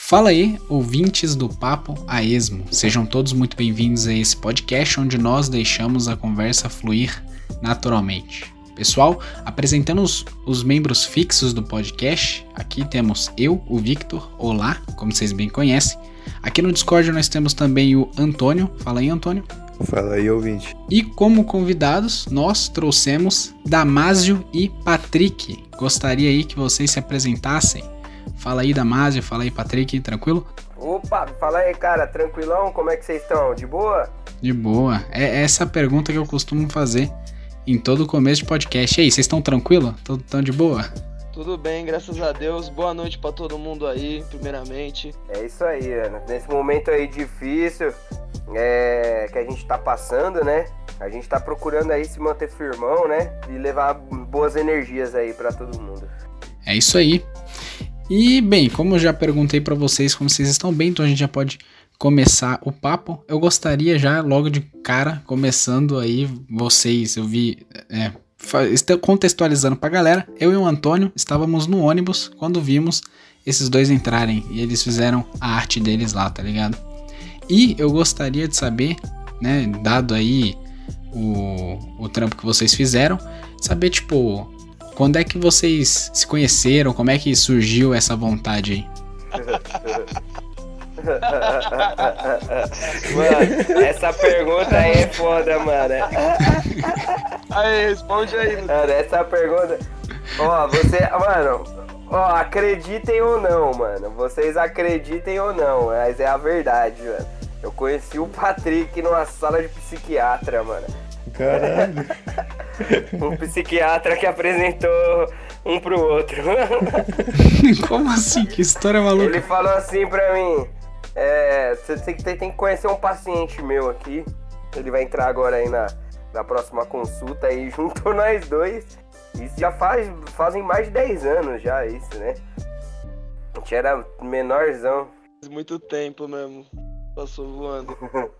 Fala aí, ouvintes do Papo a Esmo. Sejam todos muito bem-vindos a esse podcast onde nós deixamos a conversa fluir naturalmente. Pessoal, apresentando os membros fixos do podcast, aqui temos eu, o Victor, olá, como vocês bem conhecem. Aqui no Discord nós temos também o Antônio. Fala aí, Antônio. Fala aí, ouvinte. E como convidados, nós trouxemos Damásio e Patrick. Gostaria aí que vocês se apresentassem. Fala aí, Damásio, fala aí, Patrick, tranquilo? Opa, fala aí, cara, tranquilão? Como é que vocês estão? De boa? De boa. É essa pergunta que eu costumo fazer em todo começo de podcast. E aí, vocês estão tranquilos? Estão de boa? Tudo bem, graças a Deus. Boa noite pra todo mundo aí, primeiramente. É isso aí, Ana. Nesse momento aí difícil que a gente tá passando, né? A gente tá procurando aí se manter firmão, né? E levar boas energias aí pra todo mundo. É isso aí. E, bem, como eu já perguntei pra vocês como vocês estão bem, então a gente já pode começar o papo. Eu gostaria já, logo de cara, começando aí, vocês, eu vi, contextualizando pra galera, eu e o Antônio estávamos no ônibus quando vimos esses dois entrarem e eles fizeram a arte deles lá, tá ligado? E eu gostaria de saber, né, dado aí o trampo que vocês fizeram, saber, tipo, quando é que vocês se conheceram, como é que surgiu essa vontade aí? Mano, essa pergunta aí é foda, mano. Aí, responde aí, Lucas. Mano, essa pergunta... acreditem ou não, mano. Vocês acreditem ou não, mas é a verdade, mano. Eu conheci o Patrick numa sala de psiquiatra, mano. Caralho. Um psiquiatra que apresentou um pro outro. Como assim? Que história maluca. Ele falou assim pra mim: você tem que conhecer um paciente meu aqui. Ele vai entrar agora aí na próxima consulta. Aí juntou nós dois. Isso já fazem mais de 10 anos já, isso, né? A gente era menorzão. Faz muito tempo mesmo. Passou voando.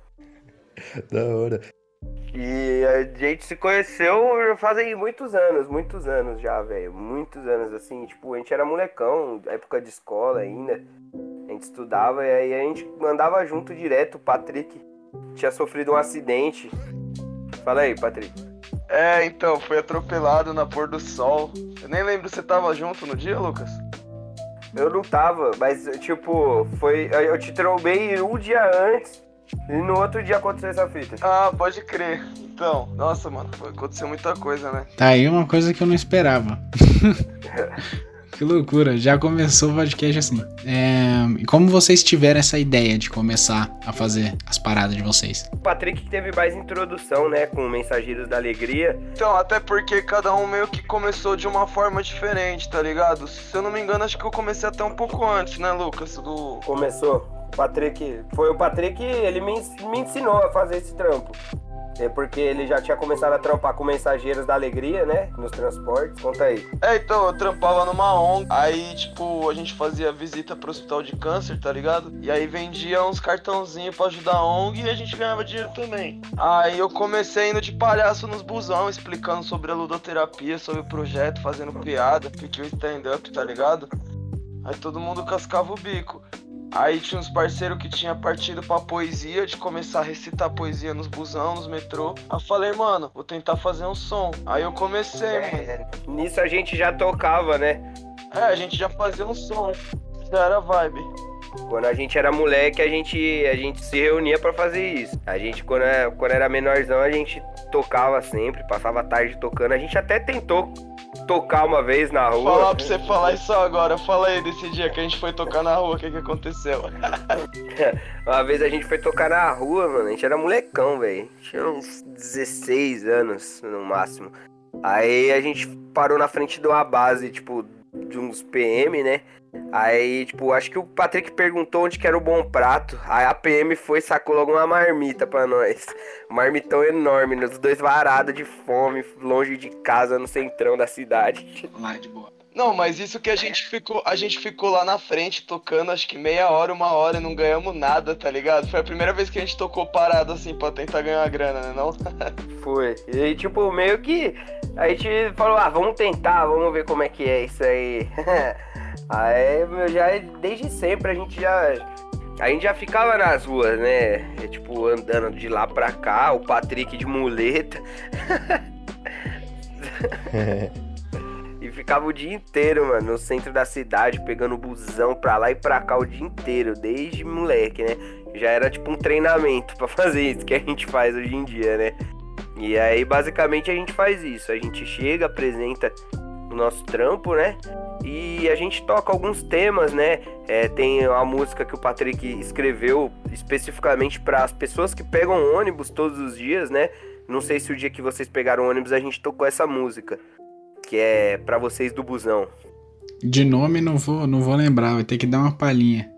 Da hora. E a gente se conheceu fazem muitos anos já, velho. Muitos anos, assim, tipo, a gente era molecão, época de escola ainda. A gente estudava e aí a gente andava junto direto. O Patrick tinha sofrido um acidente. Fala aí, Patrick. Então, foi atropelado na pôr do sol. Eu nem lembro se você tava junto no dia, Lucas? Eu não tava, mas, tipo, eu te trombei um dia antes. E no outro dia aconteceu essa fita. Ah, pode crer. Então, nossa, mano, aconteceu muita coisa, né? Tá aí uma coisa que eu não esperava. Que loucura, já começou o podcast assim. E como vocês tiveram essa ideia de começar a fazer as paradas de vocês? O Patrick teve mais introdução, né, com Mensageiros da Alegria. Então, até porque cada um meio que começou de uma forma diferente, tá ligado? Se eu não me engano, acho que eu comecei até um pouco antes, né, Lucas? Começou. Foi o Patrick, ele me ensinou a fazer esse trampo. É porque ele já tinha começado a trampar com Mensageiros da Alegria, né? Nos transportes. Conta aí. Então, eu trampava numa ONG. Aí, tipo, a gente fazia visita pro hospital de câncer, tá ligado? E aí vendia uns cartãozinhos pra ajudar a ONG e a gente ganhava dinheiro também. Aí eu comecei indo de palhaço nos busão, explicando sobre a ludoterapia, sobre o projeto, fazendo piada, que o stand-up, tá ligado? Aí todo mundo cascava o bico. Aí tinha uns parceiros que tinha partido pra poesia, de começar a recitar poesia nos busão, nos metrô. Aí eu falei, mano, vou tentar fazer um som. Aí eu comecei, mano. Nisso a gente já tocava, né? A gente já fazia um som. Já era vibe. Quando a gente era moleque, a gente se reunia pra fazer isso. A gente, quando era menorzão, a gente tocava sempre, passava a tarde tocando. A gente até tentou tocar uma vez na rua. Falar pra você falar isso agora. Fala aí desse dia que a gente foi tocar na rua, o que aconteceu? Uma vez a gente foi tocar na rua, mano. A gente era molecão, velho. Tinha uns 16 anos no máximo. Aí a gente parou na frente de uma base, tipo, de uns PM, né? Aí, tipo, acho que o Patrick perguntou onde que era o Bom Prato. Aí a PM foi e sacou logo uma marmita pra nós. Um marmitão enorme, os dois varados de fome, longe de casa, no centrão da cidade. Lá de boa. Não, mas isso que a gente ficou lá na frente tocando, acho que meia hora, uma hora e não ganhamos nada, tá ligado? Foi a primeira vez que a gente tocou parado assim pra tentar ganhar uma grana, né não? Foi. E tipo, meio que a gente falou, vamos tentar, vamos ver como é que é isso aí. Aí, desde sempre a gente já ficava nas ruas, né? Tipo, andando de lá pra cá, o Patrick de muleta. E ficava o dia inteiro, mano, no centro da cidade, pegando busão pra lá e pra cá o dia inteiro, desde moleque, né? Já era tipo um treinamento pra fazer isso que a gente faz hoje em dia, né? E aí, basicamente, a gente faz isso. A gente chega, apresenta o nosso trampo, né? E a gente toca alguns temas, né? Tem a música que o Patrick escreveu especificamente para as pessoas que pegam ônibus todos os dias, né? Não sei se o dia que vocês pegaram ônibus a gente tocou essa música, que é para vocês do busão. De nome não vou lembrar, vai ter que dar uma palhinha.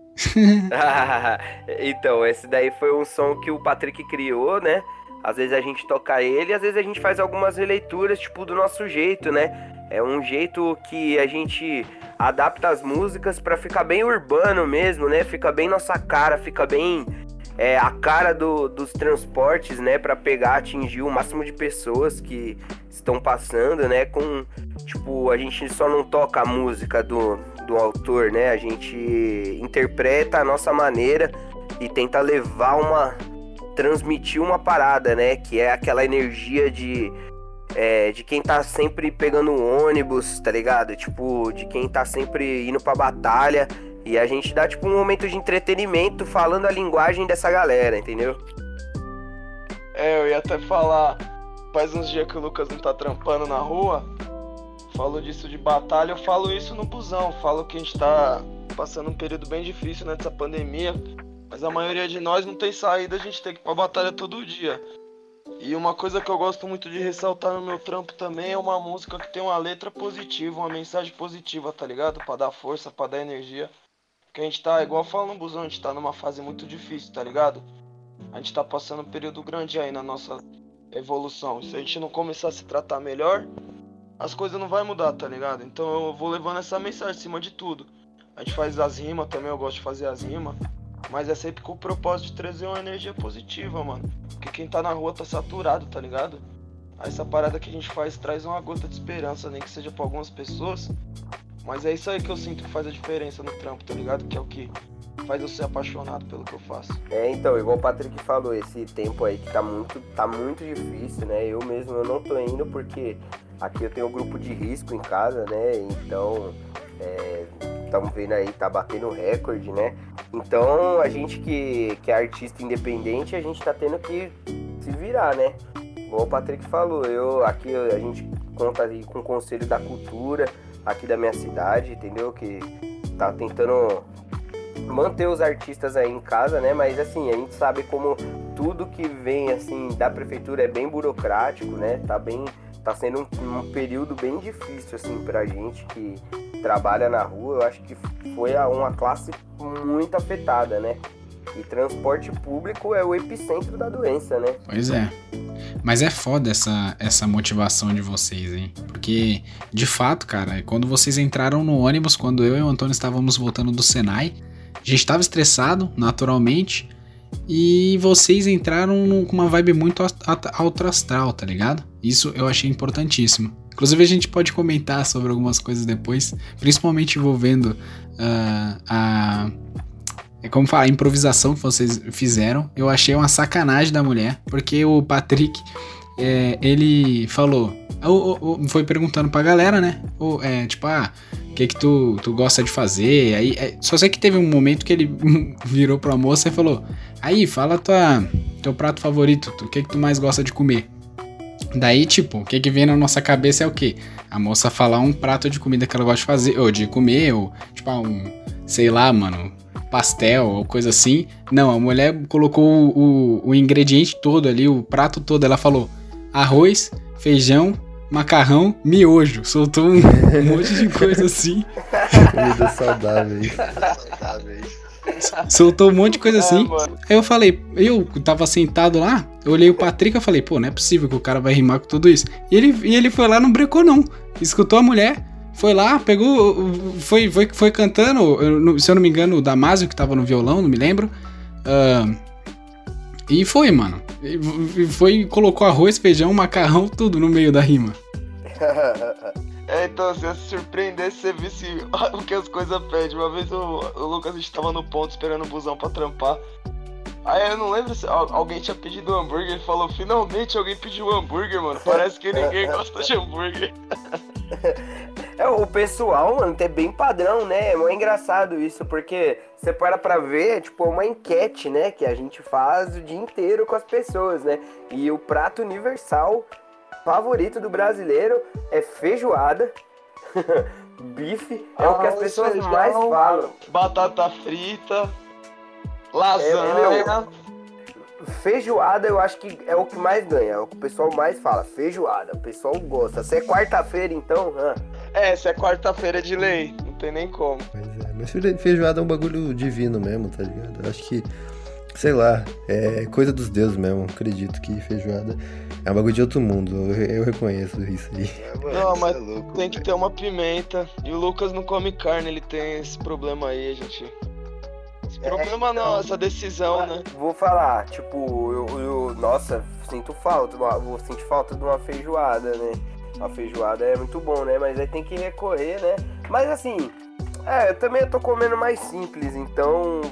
Então, esse daí foi um som que o Patrick criou, né? Às vezes a gente toca ele, às vezes a gente faz algumas releituras, tipo, do nosso jeito, né? É um jeito que a gente adapta as músicas pra ficar bem urbano mesmo, né? Fica bem nossa cara, fica bem a cara dos transportes, né? Pra pegar, atingir o máximo de pessoas que estão passando, né? Tipo, a gente só não toca a música do autor, né? A gente interpreta a nossa maneira e tenta transmitir uma parada, né? Que é aquela energia de quem tá sempre pegando ônibus, tá ligado? Tipo, de quem tá sempre indo pra batalha. E a gente dá, tipo, um momento de entretenimento falando a linguagem dessa galera, entendeu? Eu ia até falar, faz uns dias que o Lucas não tá trampando na rua, falou disso de batalha, eu falo isso no busão, falo que a gente tá passando um período bem difícil nessa pandemia, mas a maioria de nós não tem saída, a gente tem que ir pra batalha todo dia. E uma coisa que eu gosto muito de ressaltar no meu trampo também é uma música que tem uma letra positiva, uma mensagem positiva, tá ligado? Pra dar força, pra dar energia. Porque a gente tá, igual eu falo no busão, a gente tá numa fase muito difícil, tá ligado? A gente tá passando um período grande aí na nossa evolução. Se a gente não começar a se tratar melhor, as coisas não vai mudar, tá ligado? Então eu vou levando essa mensagem acima de tudo. A gente faz as rimas também, eu gosto de fazer as rimas. Mas é sempre com o propósito de trazer uma energia positiva, mano. Porque quem tá na rua tá saturado, tá ligado? Aí essa parada que a gente faz traz uma gota de esperança, nem que seja pra algumas pessoas. Mas é isso aí que eu sinto que faz a diferença no trampo, tá ligado? Que é o que faz eu ser apaixonado pelo que eu faço. Então, igual o Patrick falou, esse tempo aí que tá muito difícil, né? Eu mesmo, eu não tô indo porque aqui eu tenho um grupo de risco em casa, né? Então, estamos vendo aí, tá batendo recorde, né? Então, a gente que é artista independente, a gente tá tendo que se virar, né? Igual o Patrick falou, a gente conta aí com o Conselho da Cultura aqui da minha cidade, entendeu? Que tá tentando manter os artistas aí em casa, né? Mas assim, a gente sabe como tudo que vem assim da prefeitura é bem burocrático, né? Tá sendo um período bem difícil assim pra gente que trabalha na rua. Eu acho que foi uma classe muito afetada, né? E transporte público é o epicentro da doença, né? Pois é. Mas é foda essa motivação de vocês, hein? Porque, de fato, cara, quando vocês entraram no ônibus, quando eu e o Antônio estávamos voltando do Senai, a gente estava estressado, naturalmente, e vocês entraram com uma vibe muito alto astral, tá ligado? Isso eu achei importantíssimo. Inclusive a gente pode comentar sobre algumas coisas depois, principalmente envolvendo a improvisação que vocês fizeram. Eu achei uma sacanagem da mulher, porque o Patrick, ele falou, foi perguntando pra galera, né? O que tu gosta de fazer? Aí, só sei que teve um momento que ele virou pra moça e falou, aí, fala teu prato favorito, o que tu mais gosta de comer? Daí, tipo, o que vem na nossa cabeça é o quê? A moça falar um prato de comida que ela gosta de fazer, ou de comer, ou tipo, sei lá, mano, pastel ou coisa assim. Não, a mulher colocou o ingrediente todo ali, o prato todo. Ela falou arroz, feijão, macarrão, miojo. Soltou um monte de coisa assim. Comida saudável. Soltou um monte de coisa assim. Aí eu falei, eu tava sentado lá, eu olhei o Patrick e falei, pô, não é possível que o cara vai rimar com tudo isso. E ele foi lá, não brecou não. Escutou a mulher, foi lá, pegou, foi cantando, se eu não me engano, o Damásio que tava no violão, não me lembro. E foi, mano. Colocou arroz, feijão, macarrão, tudo no meio da rima. Então, se eu se surpreendesse, você visse o que as coisas pedem. Uma vez o Lucas estava no ponto esperando o busão pra trampar. Aí eu não lembro se alguém tinha pedido hambúrguer. Ele falou, finalmente alguém pediu hambúrguer, mano. Parece que ninguém gosta de hambúrguer. O pessoal, mano, é bem padrão, né? É muito engraçado isso, porque você para pra ver, tipo, é uma enquete, né? Que a gente faz o dia inteiro com as pessoas, né? E o prato universal favorito do brasileiro é feijoada, bife, é o que as pessoas mais falam. Batata frita, lasanha. Feijoada eu acho que é o que mais ganha, é o que o pessoal mais fala, feijoada, o pessoal gosta. Se é quarta-feira então, se é quarta-feira de lei, não tem nem como. Pois mas feijoada é um bagulho divino mesmo, tá ligado? Eu acho que, sei lá, é coisa dos deuses mesmo, acredito que feijoada é um bagulho de outro mundo, eu reconheço isso aí. Não, mas tem que ter uma pimenta, e o Lucas não come carne, ele tem esse problema aí, gente. Problema não, essa decisão, né? Vou falar, tipo, nossa, vou sentir falta de uma feijoada, né? A feijoada é muito bom, né? Mas aí tem que recorrer, né? Mas assim, eu também tô comendo mais simples, então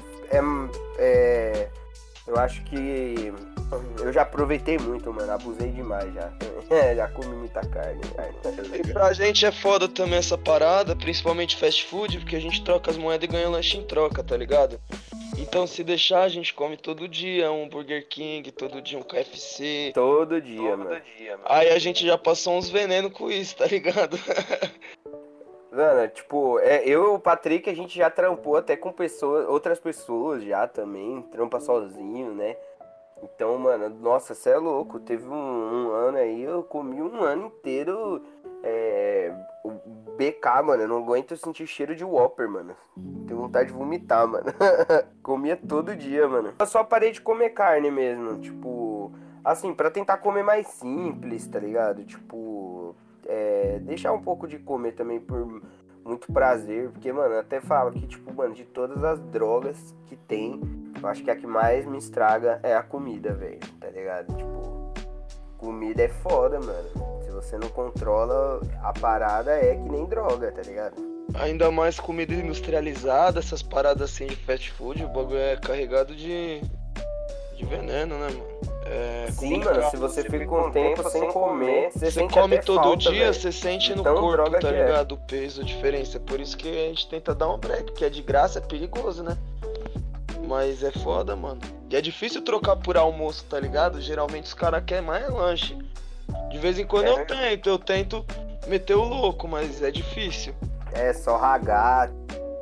eu acho que eu já aproveitei muito, mano, abusei demais já. Já comi muita carne. E pra gente é foda também essa parada, principalmente fast food, porque a gente troca as moedas e ganha lanche em troca, tá ligado? Então se deixar, a gente come todo dia um Burger King, todo dia um KFC. Todo dia, mano. Aí a gente já passou uns venenos com isso, tá ligado? Mano, tipo, eu e o Patrick, a gente já trampou até com outras pessoas já também, trampa sozinho, né? Então, mano, nossa, cê é louco, teve um ano aí, eu comi um ano inteiro o BK, mano, eu não aguento sentir cheiro de Whopper, mano. Tenho vontade de vomitar, mano. Comia todo dia, mano. Eu só parei de comer carne mesmo, tipo, assim, pra tentar comer mais simples, tá ligado? Tipo, deixar um pouco de comer também por muito prazer, porque, mano, eu até falo que, tipo, mano, de todas as drogas que tem, eu acho que a que mais me estraga é a comida, velho, tá ligado? Tipo, comida é foda, mano. Se você não controla, a parada é que nem droga, tá ligado? Ainda mais comida industrializada, essas paradas assim de fast food, o bagulho é carregado de veneno, né, mano? Sim, mano, se você fica um tempo sem comer, você sente come até todo falta, dia, véio. você sente no Então, corpo, droga tá que é. ligado? O peso, a diferença. É por isso que a gente tenta dar um break, porque é de graça, é perigoso, né? Mas é foda, mano. E é difícil trocar por almoço, tá ligado? Geralmente os caras querem mais lanche. De vez em quando eu tento meter o louco, mas é difícil. É só Ragat,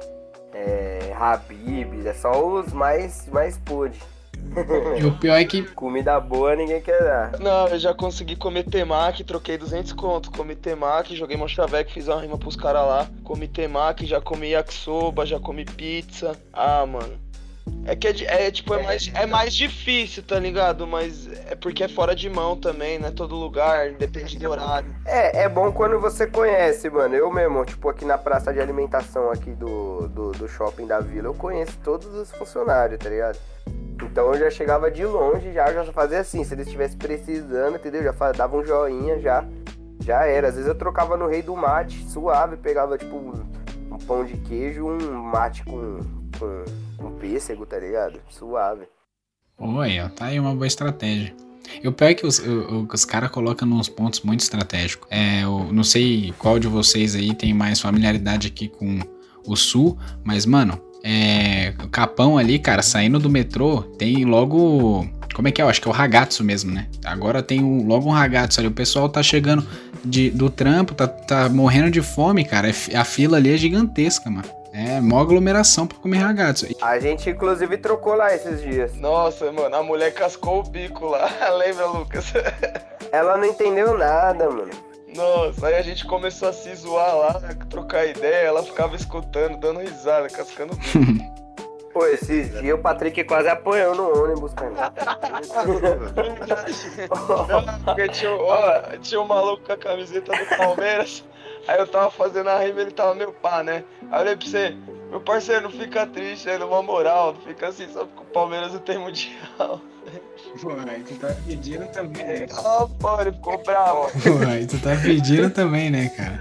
Habib's, é só os mais podres. E o pior é que Comida boa ninguém quer dar. Não, eu já consegui comer temaki, troquei 200 conto. Comi temaki, joguei Monchaveco, fiz uma rima pros caras lá. Comi temaki, já comi yakisoba, já comi pizza. Ah, mano. É que é mais difícil, tá ligado? Mas é porque é fora de mão também, não é todo lugar, depende do horário. É bom quando você conhece, mano. Eu mesmo, tipo, aqui na praça de alimentação aqui do shopping da vila, eu conheço todos os funcionários, tá ligado? Então eu já chegava de longe, já fazia assim, se eles estivessem precisando, entendeu? Já dava um joinha, já era. Às vezes eu trocava no Rei do Mate, suave, pegava tipo um pão de queijo, um mate com pêssego, tá ligado? Suave. Oi, ó, tá aí uma boa estratégia. E o pior é que os caras colocam nos pontos muito estratégicos. Eu não sei qual de vocês aí tem mais familiaridade aqui com o Sul, mas, mano, o Capão ali, cara, saindo do metrô, tem logo... Como é que é? Eu acho que é o ragazzo mesmo, né? Agora tem logo um ragazzo ali. O pessoal tá chegando do trampo, tá morrendo de fome, cara. A fila ali é gigantesca, mano. É mó aglomeração pra comer ragazzo. A gente, inclusive, trocou lá esses dias. Nossa, mano, a mulher cascou o bico lá. Lembra, Lucas? Ela não entendeu nada, mano. Nossa, aí a gente começou a se zoar lá, trocar ideia. Ela ficava escutando, dando risada, cascando o bico. Pô, esses dias o Patrick quase apanhou no ônibus, cara. Porque tinha um maluco com a camiseta do Palmeiras. Aí eu tava fazendo a rima, ele tava meu pá, né? Aí eu olhei pra você, meu parceiro, não fica triste, aí numa moral, não fica assim só porque o Palmeiras não tem mundial. Pô, aí tu tá pedindo também, né? Ah, pô, ele ficou bravo. Pô, aí tu tá pedindo também, né, cara?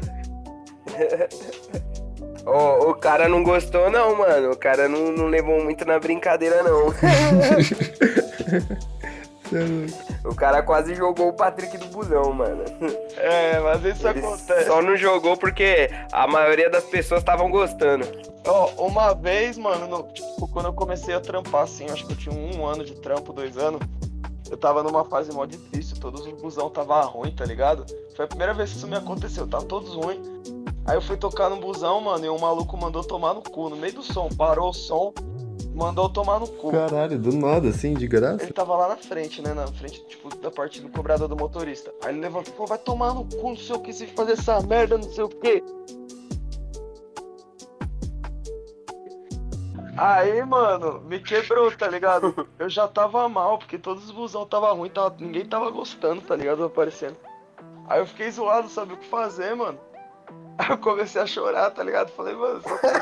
O cara não gostou não, mano. O cara não levou muito na brincadeira, não. O cara quase jogou o Patrick do busão, mano. É, mas isso Ele acontece. só não jogou porque a maioria das pessoas estavam gostando. Ó, uma vez, mano, tipo, quando eu comecei a trampar, assim, acho que eu tinha 1 ano de trampo, 2 anos, eu tava numa fase mó difícil, todos os busão tava ruim, tá ligado? Foi a primeira vez que isso me aconteceu, tava todos ruim. Aí eu fui tocar no busão, mano, e o maluco mandou tomar no cu, no meio do som, parou o som, mandou tomar no cu. Caralho, do nada, assim, de graça? Ele tava lá na frente, né, na frente, tipo, da parte do cobrador do motorista. Aí ele levantou e falou, vai tomar no cu, não sei o que, se fazer essa merda, não sei o que. Aí, mano, me quebrou, tá ligado? Eu já tava mal, porque todos os busão tava ruim, ninguém tava gostando, tá ligado? Aparecendo. Aí eu fiquei zoado, sabe o que fazer, mano? Aí eu comecei a chorar, tá ligado? Falei, mano,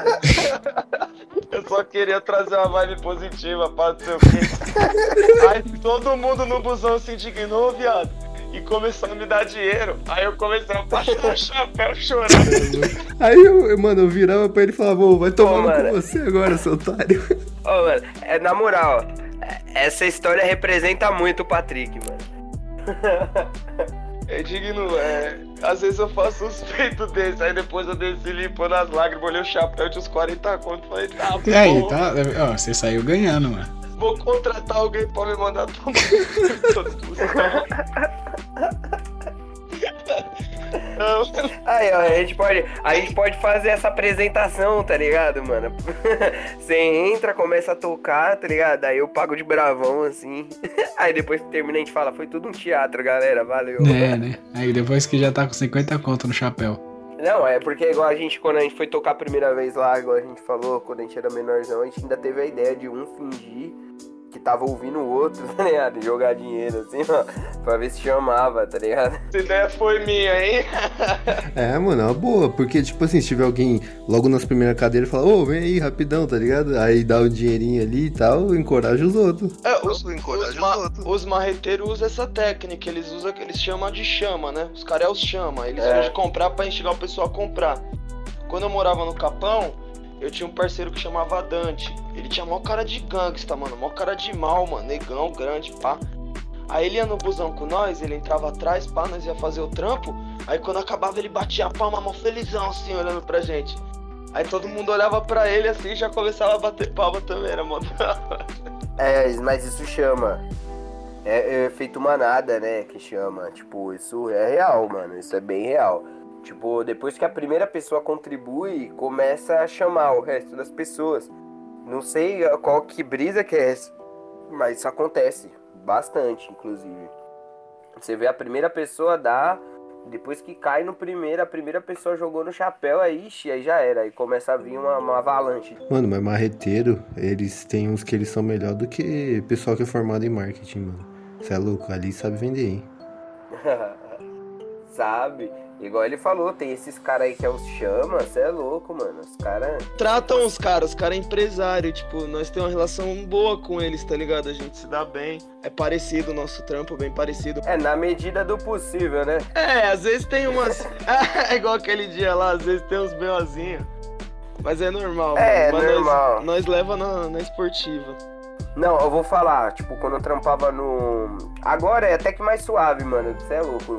eu só queria trazer uma vibe positiva, pá, não sei o quê. Aí todo mundo no busão se indignou, viado. E começou a me dar dinheiro. Aí eu comecei a baixar o chapéu chorando. Aí eu virava pra ele e falava, vai tomar com você agora, seu otário. Ô, mano, na moral, essa história representa muito o Patrick, mano. É digno, às vezes eu faço uns peitos desses, aí depois eu desci limpando as lágrimas, olhei o chapéu, tinha uns 40 conto, falei, tá bom. E aí, tá? Ó, você saiu ganhando, mano. Vou contratar alguém pra me mandar tomar. Aí, ó, a gente pode fazer essa apresentação, tá ligado, mano? Você entra, começa a tocar, tá ligado? Aí eu pago de bravão, assim. Aí depois que termina a gente fala, foi tudo um teatro, galera, valeu. É, né? Aí depois que já tá com 50 conto no chapéu. Não, é porque igual quando a gente foi tocar a primeira vez lá, igual a gente falou, quando a gente era menorzão, a gente ainda teve a ideia de um fingir que tava ouvindo o outro, tá ligado? Jogar dinheiro, assim, ó, pra ver se chamava, tá ligado? Essa ideia foi minha, hein? É, mano, é uma boa, porque, tipo assim, se tiver alguém logo nas primeiras cadeiras, fala, vem aí, rapidão, tá ligado? Aí dá o dinheirinho ali e tal, encoraja os outros. Os marreteiros usam essa técnica, eles chamam de chama, né? Os caras os chama, eles fingem comprar pra instigar o pessoal a comprar. Quando eu morava no Capão, eu tinha um parceiro que chamava Dante. Ele tinha mó cara de gangsta, mano. Mó cara de mal, mano. Negão, grande, pá. Aí ele ia no busão com nós, ele entrava atrás, pá, nós ia fazer o trampo. Aí quando acabava ele batia a palma, mó felizão, assim, olhando pra gente. Aí todo mundo olhava pra ele assim e já começava a bater palma também, era mó da hora. Mas isso chama. É efeito manada, né? Que chama. Tipo, isso é real, mano. Isso é bem real. Tipo, depois que a primeira pessoa contribui, começa a chamar o resto das pessoas. Não sei qual que brisa que é essa, mas isso acontece bastante, inclusive. Você vê a primeira pessoa dar, depois que cai no primeiro, a primeira pessoa jogou no chapéu, aí já era. Aí começa a vir uma avalanche. Mano, mas marreteiro, eles têm uns que eles são melhor do que pessoal que é formado em marketing, mano. Você é louco, ali sabe vender, hein? Sabe? Igual ele falou, tem esses caras aí que é os chama, cê é louco, mano. Os caras... Tratam os caras é empresário, tipo, nós temos uma relação boa com eles, tá ligado? A gente se dá bem. É parecido o nosso trampo, bem parecido. É, na medida do possível, né? Às vezes tem umas... É igual aquele dia lá, às vezes tem uns BOzinhos. Mas é normal, mano. Normal. Nós leva na esportiva. Não, eu vou falar, tipo, quando eu trampava no... Agora é até que mais suave, mano. Cê é louco.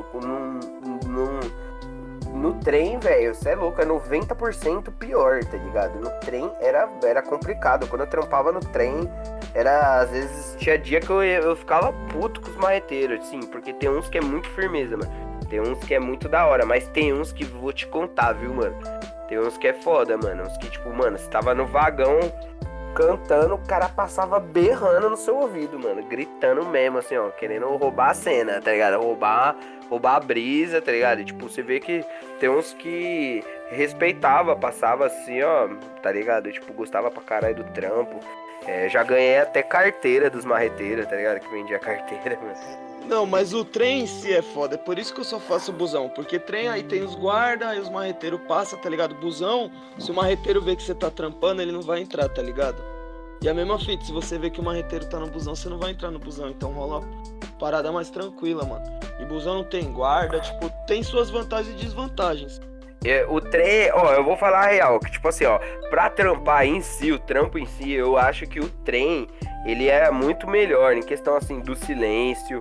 No trem, velho, você é louco, é 90% pior, tá ligado? No trem era complicado. Quando eu trampava no trem, às vezes tinha dia que eu ficava puto com os marreteiros, assim, porque tem uns que é muito firmeza, mano. Tem uns que é muito da hora, mas tem uns que vou te contar, viu, mano? Tem uns que é foda, mano. Uns que, tipo, mano, você tava no vagão cantando, o cara passava berrando no seu ouvido, mano, gritando mesmo, assim, ó, querendo roubar a cena, tá ligado? Roubar a brisa, tá ligado? E, tipo, você vê que tem uns que respeitava, passava assim, ó, tá ligado? Tipo, gostava pra caralho do trampo. Já ganhei até carteira dos marreteiros, tá ligado? Que vendia carteira, mano. Não, mas o trem em si é foda, é por isso que eu só faço busão, porque trem aí tem os guarda, aí os marreteiros passam, tá ligado? Busão, se o marreteiro vê que você tá trampando, ele não vai entrar, tá ligado? E a mesma fita, se você vê que o marreteiro tá no busão, você não vai entrar no busão, então rola uma parada mais tranquila, mano. E busão não tem guarda, tipo, tem suas vantagens e desvantagens. O trem, ó, eu vou falar a real, que tipo assim, ó, pra trampar em si, o trampo em si, eu acho que o trem, ele é muito melhor, em questão assim, do silêncio.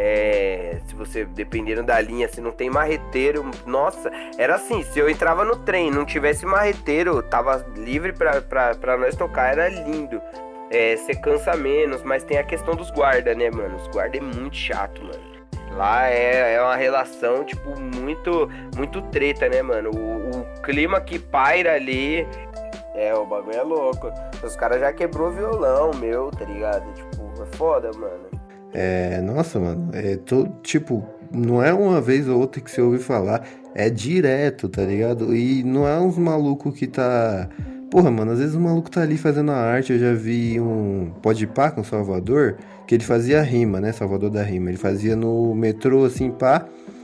Se você, dependendo da linha, se não tem marreteiro, nossa, era assim, se eu entrava no trem, não tivesse marreteiro, tava livre pra nós tocar, era lindo. Você cansa menos, mas tem a questão dos guarda, né, mano? Os guarda é muito chato, mano. Lá é uma relação, tipo, muito treta, né, mano? O clima que paira ali, o bagulho é louco. Os caras já quebrou violão meu, tá ligado? Tipo, é foda, mano. Nossa, mano, tipo, não é uma vez ou outra que você ouve falar, é direto, tá ligado? E não é uns malucos que tá... Porra, mano, às vezes o maluco tá ali fazendo a arte, eu já vi um Podpah com Salvador, que ele fazia rima, né, Salvador da Rima, ele fazia no metrô, assim, pá,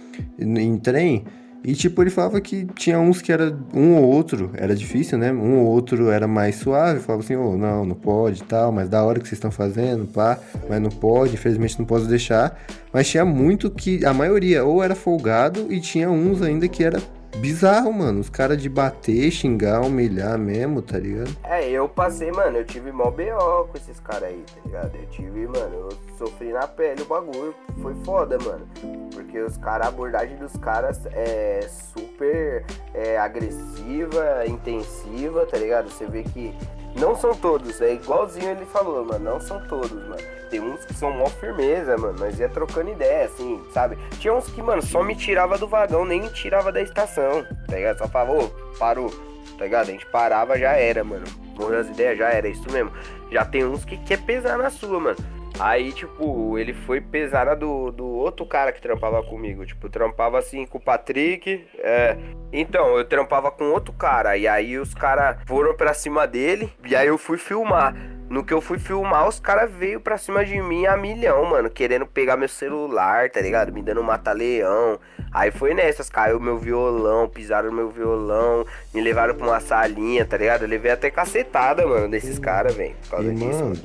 em trem, e tipo, ele falava que tinha uns que era um ou outro, era difícil, né, um ou outro era mais suave, falava assim, não pode e tal, mas da hora que vocês estão fazendo, pá, mas não pode, infelizmente não posso deixar, mas tinha muito que, a maioria, ou era folgado, e tinha uns ainda que era bizarro, mano, os caras de bater, xingar, humilhar mesmo, tá ligado? Eu passei, mano, eu tive mó BO com esses caras aí, tá ligado? Eu sofri na pele o bagulho, foi foda, mano. Porque os caras, a abordagem dos caras é super agressiva, intensiva, tá ligado? Você vê que não são todos, é igualzinho ele falou, mano, não são todos, mano. Tem uns que são mó firmeza, mano, nós ia trocando ideia, assim, sabe? Tinha uns que, mano, só me tirava do vagão, nem me tirava da estação, tá ligado? Só falava, parou, tá ligado? A gente parava, já era, mano. Morreu as ideias, já era, isso mesmo. Já tem uns que quer pesar na sua, mano. Aí, tipo, ele foi pesar na do outro cara que trampava comigo. Tipo, eu trampava assim com o Patrick. Então, eu trampava com outro cara. E aí os caras foram pra cima dele. E aí eu fui filmar. No que eu fui filmar, os caras veio pra cima de mim a milhão, mano. Querendo pegar meu celular, tá ligado? Me dando um mata-leão. Aí foi nessas, caiu meu violão, pisaram no meu violão, me levaram pra uma salinha, tá ligado? Eu levei até cacetada, mano, desses caras, velho. Por causa disso. Mano,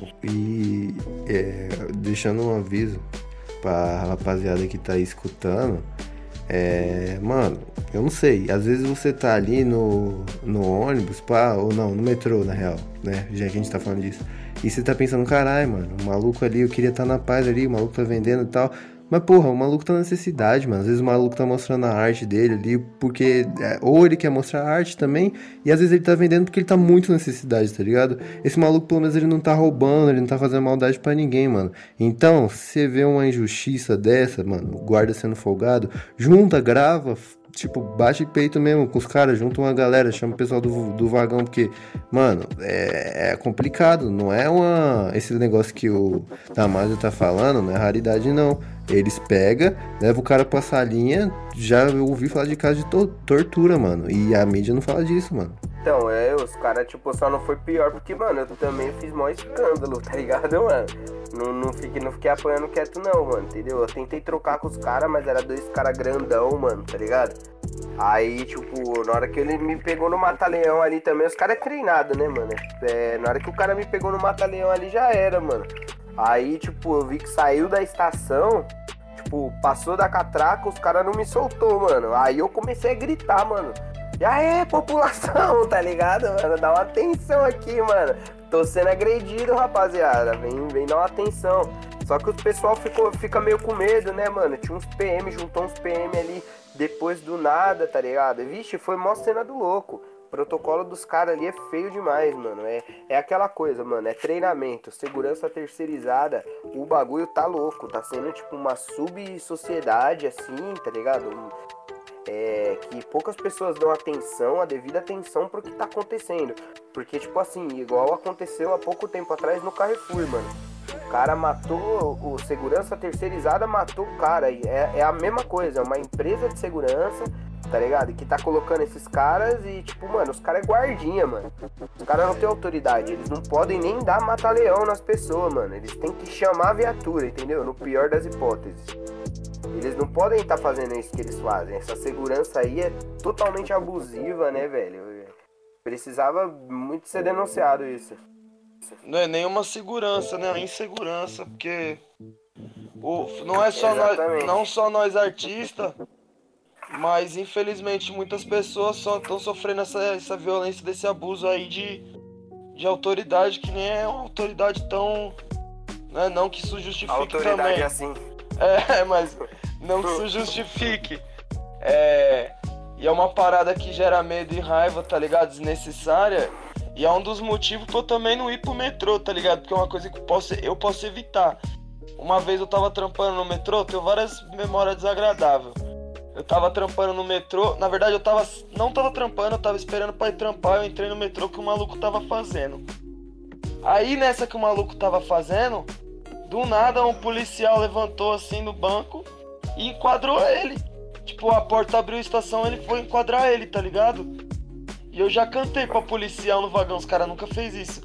deixando um aviso pra rapaziada que tá aí escutando. Mano, eu não sei, às vezes você tá ali no ônibus, pá, ou não, no metrô, na real, né, já que a gente tá falando disso, e você tá pensando, caralho, mano, o maluco ali, eu queria estar na paz ali, o maluco tá vendendo e tal, mas porra, o maluco tá na necessidade, mano, às vezes o maluco tá mostrando a arte dele ali, porque, ou ele quer mostrar a arte também, e às vezes ele tá vendendo porque ele tá muito na necessidade, tá ligado? Esse maluco, pelo menos, ele não tá roubando, ele não tá fazendo maldade pra ninguém, mano. Então, se você vê uma injustiça dessa, mano, o guarda sendo folgado, junta, grava, tipo, bate peito mesmo com os caras, junta uma galera, chama o pessoal do vagão, porque, mano, é complicado, não é esse negócio que o Damásio tá falando, não é raridade não. Eles pegam, levam o cara pra salinha, já ouvi falar de caso de tortura, mano, e a mídia não fala disso, mano. Então, os caras, tipo, só não foi pior porque, mano, eu também fiz maior escândalo, tá ligado, mano? Não fiquei apanhando quieto não, mano, entendeu? Eu tentei trocar com os caras, mas era 2 caras grandão, mano, tá ligado? Aí, tipo, na hora que ele me pegou no mata-leão ali também, os caras é treinado, né, mano? Na hora que o cara me pegou no mata-leão ali, já era, mano. Aí, tipo, eu vi que saiu da estação, tipo, passou da catraca, os caras não me soltou, mano. Aí eu comecei a gritar, mano. E aí, população, tá ligado, mano? Dá uma atenção aqui, mano. Tô sendo agredido, rapaziada. Vem dar uma atenção. Só que o pessoal fica meio com medo, né, mano? Tinha uns PM, juntou uns PM ali depois do nada, tá ligado? Vixe, foi mó cena do louco. O protocolo dos caras ali é feio demais, mano. É aquela coisa, mano. É treinamento, segurança terceirizada. O bagulho tá louco. Tá sendo tipo uma sub-sociedade, assim, tá ligado? Que poucas pessoas dão atenção, a devida atenção pro que tá acontecendo. Porque, tipo assim, igual aconteceu há pouco tempo atrás no Carrefour, mano. O cara matou, o segurança terceirizada matou o cara. É a mesma coisa, é uma empresa de segurança tá ligado? E que tá colocando esses caras e, tipo, mano, os caras é guardinha, mano. Os caras não têm autoridade, eles não podem nem dar mata-leão nas pessoas, mano. Eles têm que chamar a viatura, entendeu? No pior das hipóteses. Eles não podem estar fazendo isso que eles fazem. Essa segurança aí é totalmente abusiva, né, velho? Precisava muito ser denunciado isso. Não é nenhuma segurança, né? É uma insegurança, porque não é só nós, não só nós artistas, mas infelizmente muitas pessoas só estão sofrendo essa violência, desse abuso aí de autoridade, que nem é uma autoridade tão... Né? Não que isso justifique autoridade também. Assim. Mas não que isso justifique. E é uma parada que gera medo e raiva, tá ligado? Desnecessária. E é um dos motivos pra eu também não ir pro metrô, tá ligado? Porque é uma coisa que eu posso evitar. Uma vez eu tava trampando no metrô, tenho várias memórias desagradáveis. Eu tava trampando no metrô, na verdade eu não tava trampando, eu tava esperando pra ir trampar, eu entrei no metrô que o maluco tava fazendo. Aí nessa que o maluco tava fazendo, do nada um policial levantou assim no banco e enquadrou ele. Tipo, a porta abriu a estação, ele foi enquadrar ele, tá ligado? E eu já cantei pra policial no vagão, os caras nunca fez isso.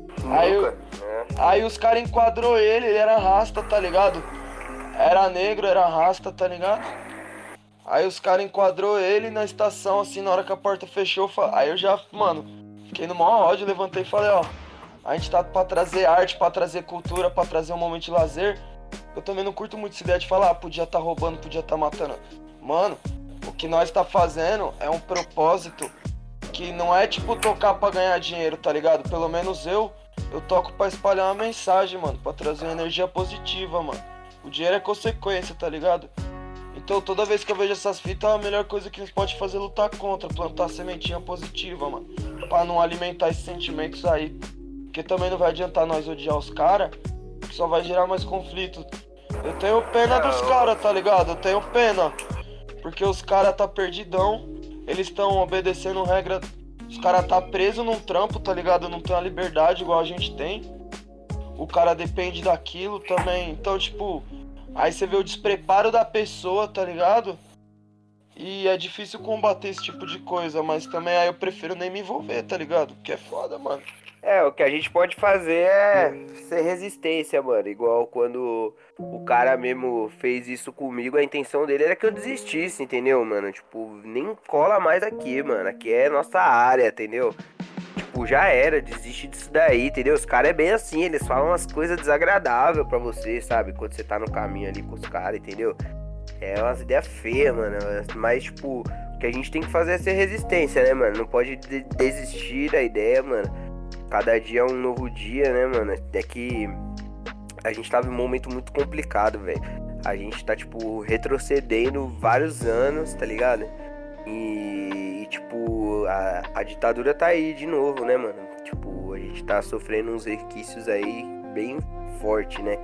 Aí os caras enquadrou ele era rasta, tá ligado? Era negro, era rasta, tá ligado? Aí os caras enquadrou ele na estação, assim, na hora que a porta fechou. Aí eu já, mano, fiquei no maior ódio, levantei e falei, ó, a gente tá pra trazer arte, pra trazer cultura, pra trazer um momento de lazer. Eu também não curto muito essa ideia de falar, podia tá roubando, podia tá matando. Mano, o que nós tá fazendo é um propósito que não é tipo tocar pra ganhar dinheiro, tá ligado? Pelo menos eu toco pra espalhar uma mensagem, mano, pra trazer uma energia positiva, mano. O dinheiro é consequência, tá ligado? Então toda vez que eu vejo essas fitas, a melhor coisa que a gente pode fazer é lutar contra, plantar sementinha positiva, mano. Pra não alimentar esses sentimentos aí. Porque também não vai adiantar nós odiar os caras, que só vai gerar mais conflito. Eu tenho pena dos caras, tá ligado? Eu tenho pena. Porque os caras tá perdidão, eles estão obedecendo regra. Os caras tá preso num trampo, tá ligado? Não tem uma liberdade igual a gente tem. O cara depende daquilo também. Então, tipo, aí você vê o despreparo da pessoa, tá ligado? E é difícil combater esse tipo de coisa, mas também aí eu prefiro nem me envolver, tá ligado? Porque é foda, mano. O que a gente pode fazer é ser resistência, mano. Igual quando o cara mesmo fez isso comigo, a intenção dele era que eu desistisse, entendeu, mano? Tipo, nem cola mais aqui, mano. Aqui é nossa área, entendeu? Tipo, já era, desiste disso daí, entendeu? Os caras é bem assim, eles falam umas coisas desagradáveis pra você, sabe? Quando você tá no caminho ali com os caras, entendeu? É umas ideias feias, mano. Mas, tipo, o que a gente tem que fazer é ser resistência, né, mano? Não pode desistir da ideia, mano. Cada dia é um novo dia, né, mano? É que a gente tá num momento muito complicado, velho. A gente tá, tipo, retrocedendo vários anos, tá ligado? E tipo, a ditadura tá aí de novo, né, mano? Tipo, a gente tá sofrendo uns requisitos aí bem forte, né?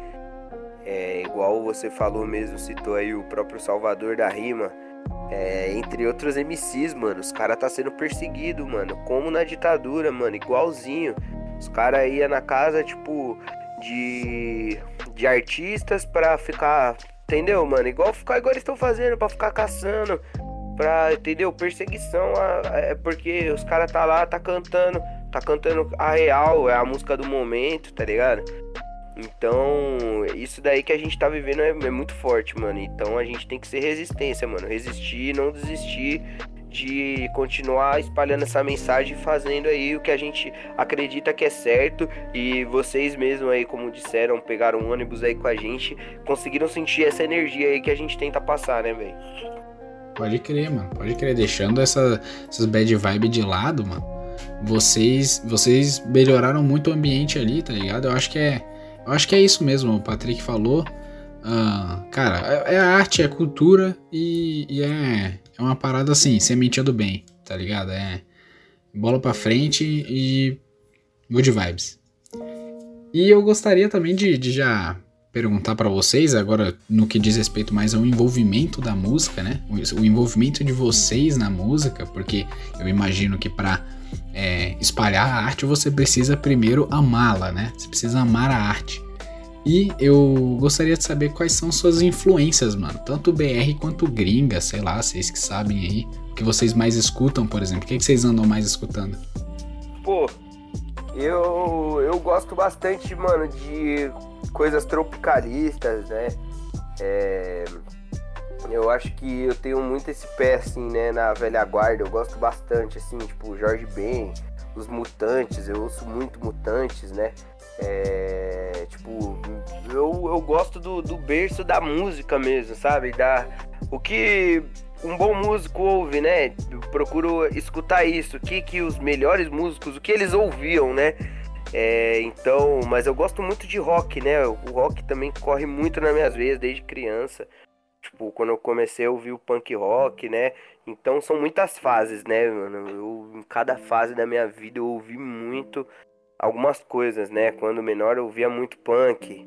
Igual você falou mesmo, citou aí o próprio Salvador da Rima. Entre outros MCs, mano, os caras tá sendo perseguido, mano, como na ditadura, mano, igualzinho. Os caras iam na casa, tipo, de artistas pra ficar, entendeu, mano? Igual eles estão fazendo, pra ficar caçando, pra, entendeu? Perseguição, porque os caras tá lá, tá cantando a real, é a música do momento, tá ligado? Então, isso daí que a gente tá vivendo é muito forte, mano. Então a gente tem que ser resistência, mano. Resistir, não desistir de continuar espalhando essa mensagem, fazendo aí o que a gente acredita que é certo. E vocês mesmos aí, como disseram, pegaram um ônibus aí com a gente, conseguiram sentir essa energia aí que a gente tenta passar, né, velho? Pode crer, mano. Pode crer. Deixando essas bad vibes de lado, mano. Vocês melhoraram muito o ambiente ali, tá ligado? Eu acho que é isso mesmo, o Patrick falou. Cara, é arte, é cultura e é uma parada assim, sementinha do bem, tá ligado? É bola pra frente e good vibes. E eu gostaria também de já perguntar pra vocês, agora no que diz respeito mais ao envolvimento da música, né? O envolvimento de vocês na música, porque eu imagino que pra espalhar a arte você precisa primeiro amá-la, né? Você precisa amar a arte. E eu gostaria de saber quais são suas influências, mano. Tanto BR quanto gringa, sei lá, vocês que sabem aí. que vocês mais escutam, por exemplo? O que vocês andam mais escutando? Pô, eu gosto bastante, mano, de coisas tropicalistas, né? Eu acho que eu tenho muito esse pé, assim, né, na velha guarda. Eu gosto bastante, assim, tipo, Jorge Ben, os Mutantes, eu ouço muito Mutantes, né? Tipo, eu gosto do berço da música mesmo, sabe? O que um bom músico ouve, né? Eu procuro escutar isso, o que os melhores músicos, o que eles ouviam, né? Então, mas eu gosto muito de rock, né? O rock também corre muito nas minhas veias desde criança. Tipo, quando eu comecei a ouvir o punk rock, né? Então são muitas fases, né, mano? Em cada fase da minha vida eu ouvi muito algumas coisas, né? Quando menor eu ouvia muito punk.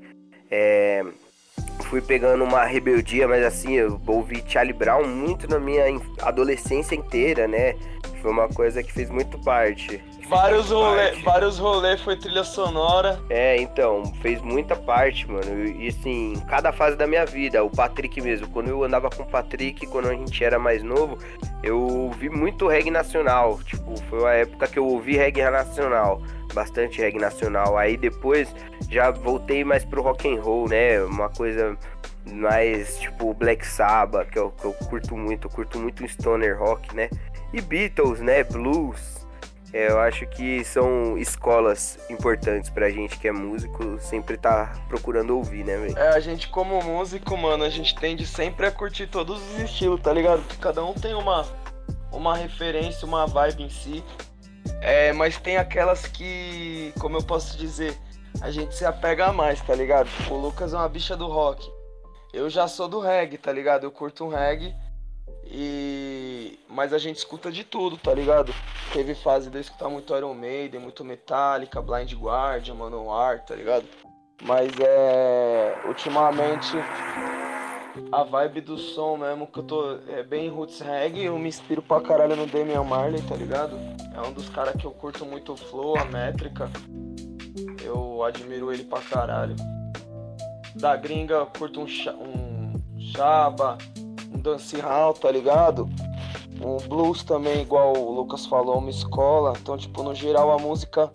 Fui pegando uma rebeldia, mas assim, eu ouvi Charlie Brown muito na minha adolescência inteira, né? Foi uma coisa que fez muito parte. Vários rolês foi trilha sonora. Então, fez muita parte, mano. E assim, cada fase da minha vida. O Patrick mesmo, quando eu andava com o Patrick, quando a gente era mais novo, eu ouvi muito reggae nacional. Tipo, foi uma época que eu ouvi reggae nacional. Bastante reggae nacional. Aí depois já voltei mais pro rock and roll, né? Uma coisa mais tipo Black Sabbath, que eu curto muito. Eu curto muito stoner rock, né? E Beatles, né? Blues. Eu acho que são escolas importantes pra gente que é músico, sempre tá procurando ouvir, né, velho? A gente como músico, mano, a gente tende sempre a curtir todos os estilos, tá ligado? Porque cada um tem uma referência, uma vibe em si. Mas tem aquelas que, como eu posso dizer, a gente se apega mais, tá ligado? Tipo, o Lucas é uma bicha do rock. Eu já sou do reggae, tá ligado? Eu curto um reggae. Mas a gente escuta de tudo, tá ligado? Teve fase de eu escutar muito Iron Maiden, muito Metallica, Blind Guardian, Manowar, tá ligado? Mas ultimamente a vibe do som mesmo que eu tô bem roots reggae, eu me inspiro pra caralho no Damian Marley, tá ligado? É um dos caras que eu curto muito o flow, a métrica. Eu admiro ele pra caralho. Da gringa eu curto um Chaba, um dancehall, tá ligado? Um blues também, igual o Lucas falou, uma escola. Então, tipo, no geral a música,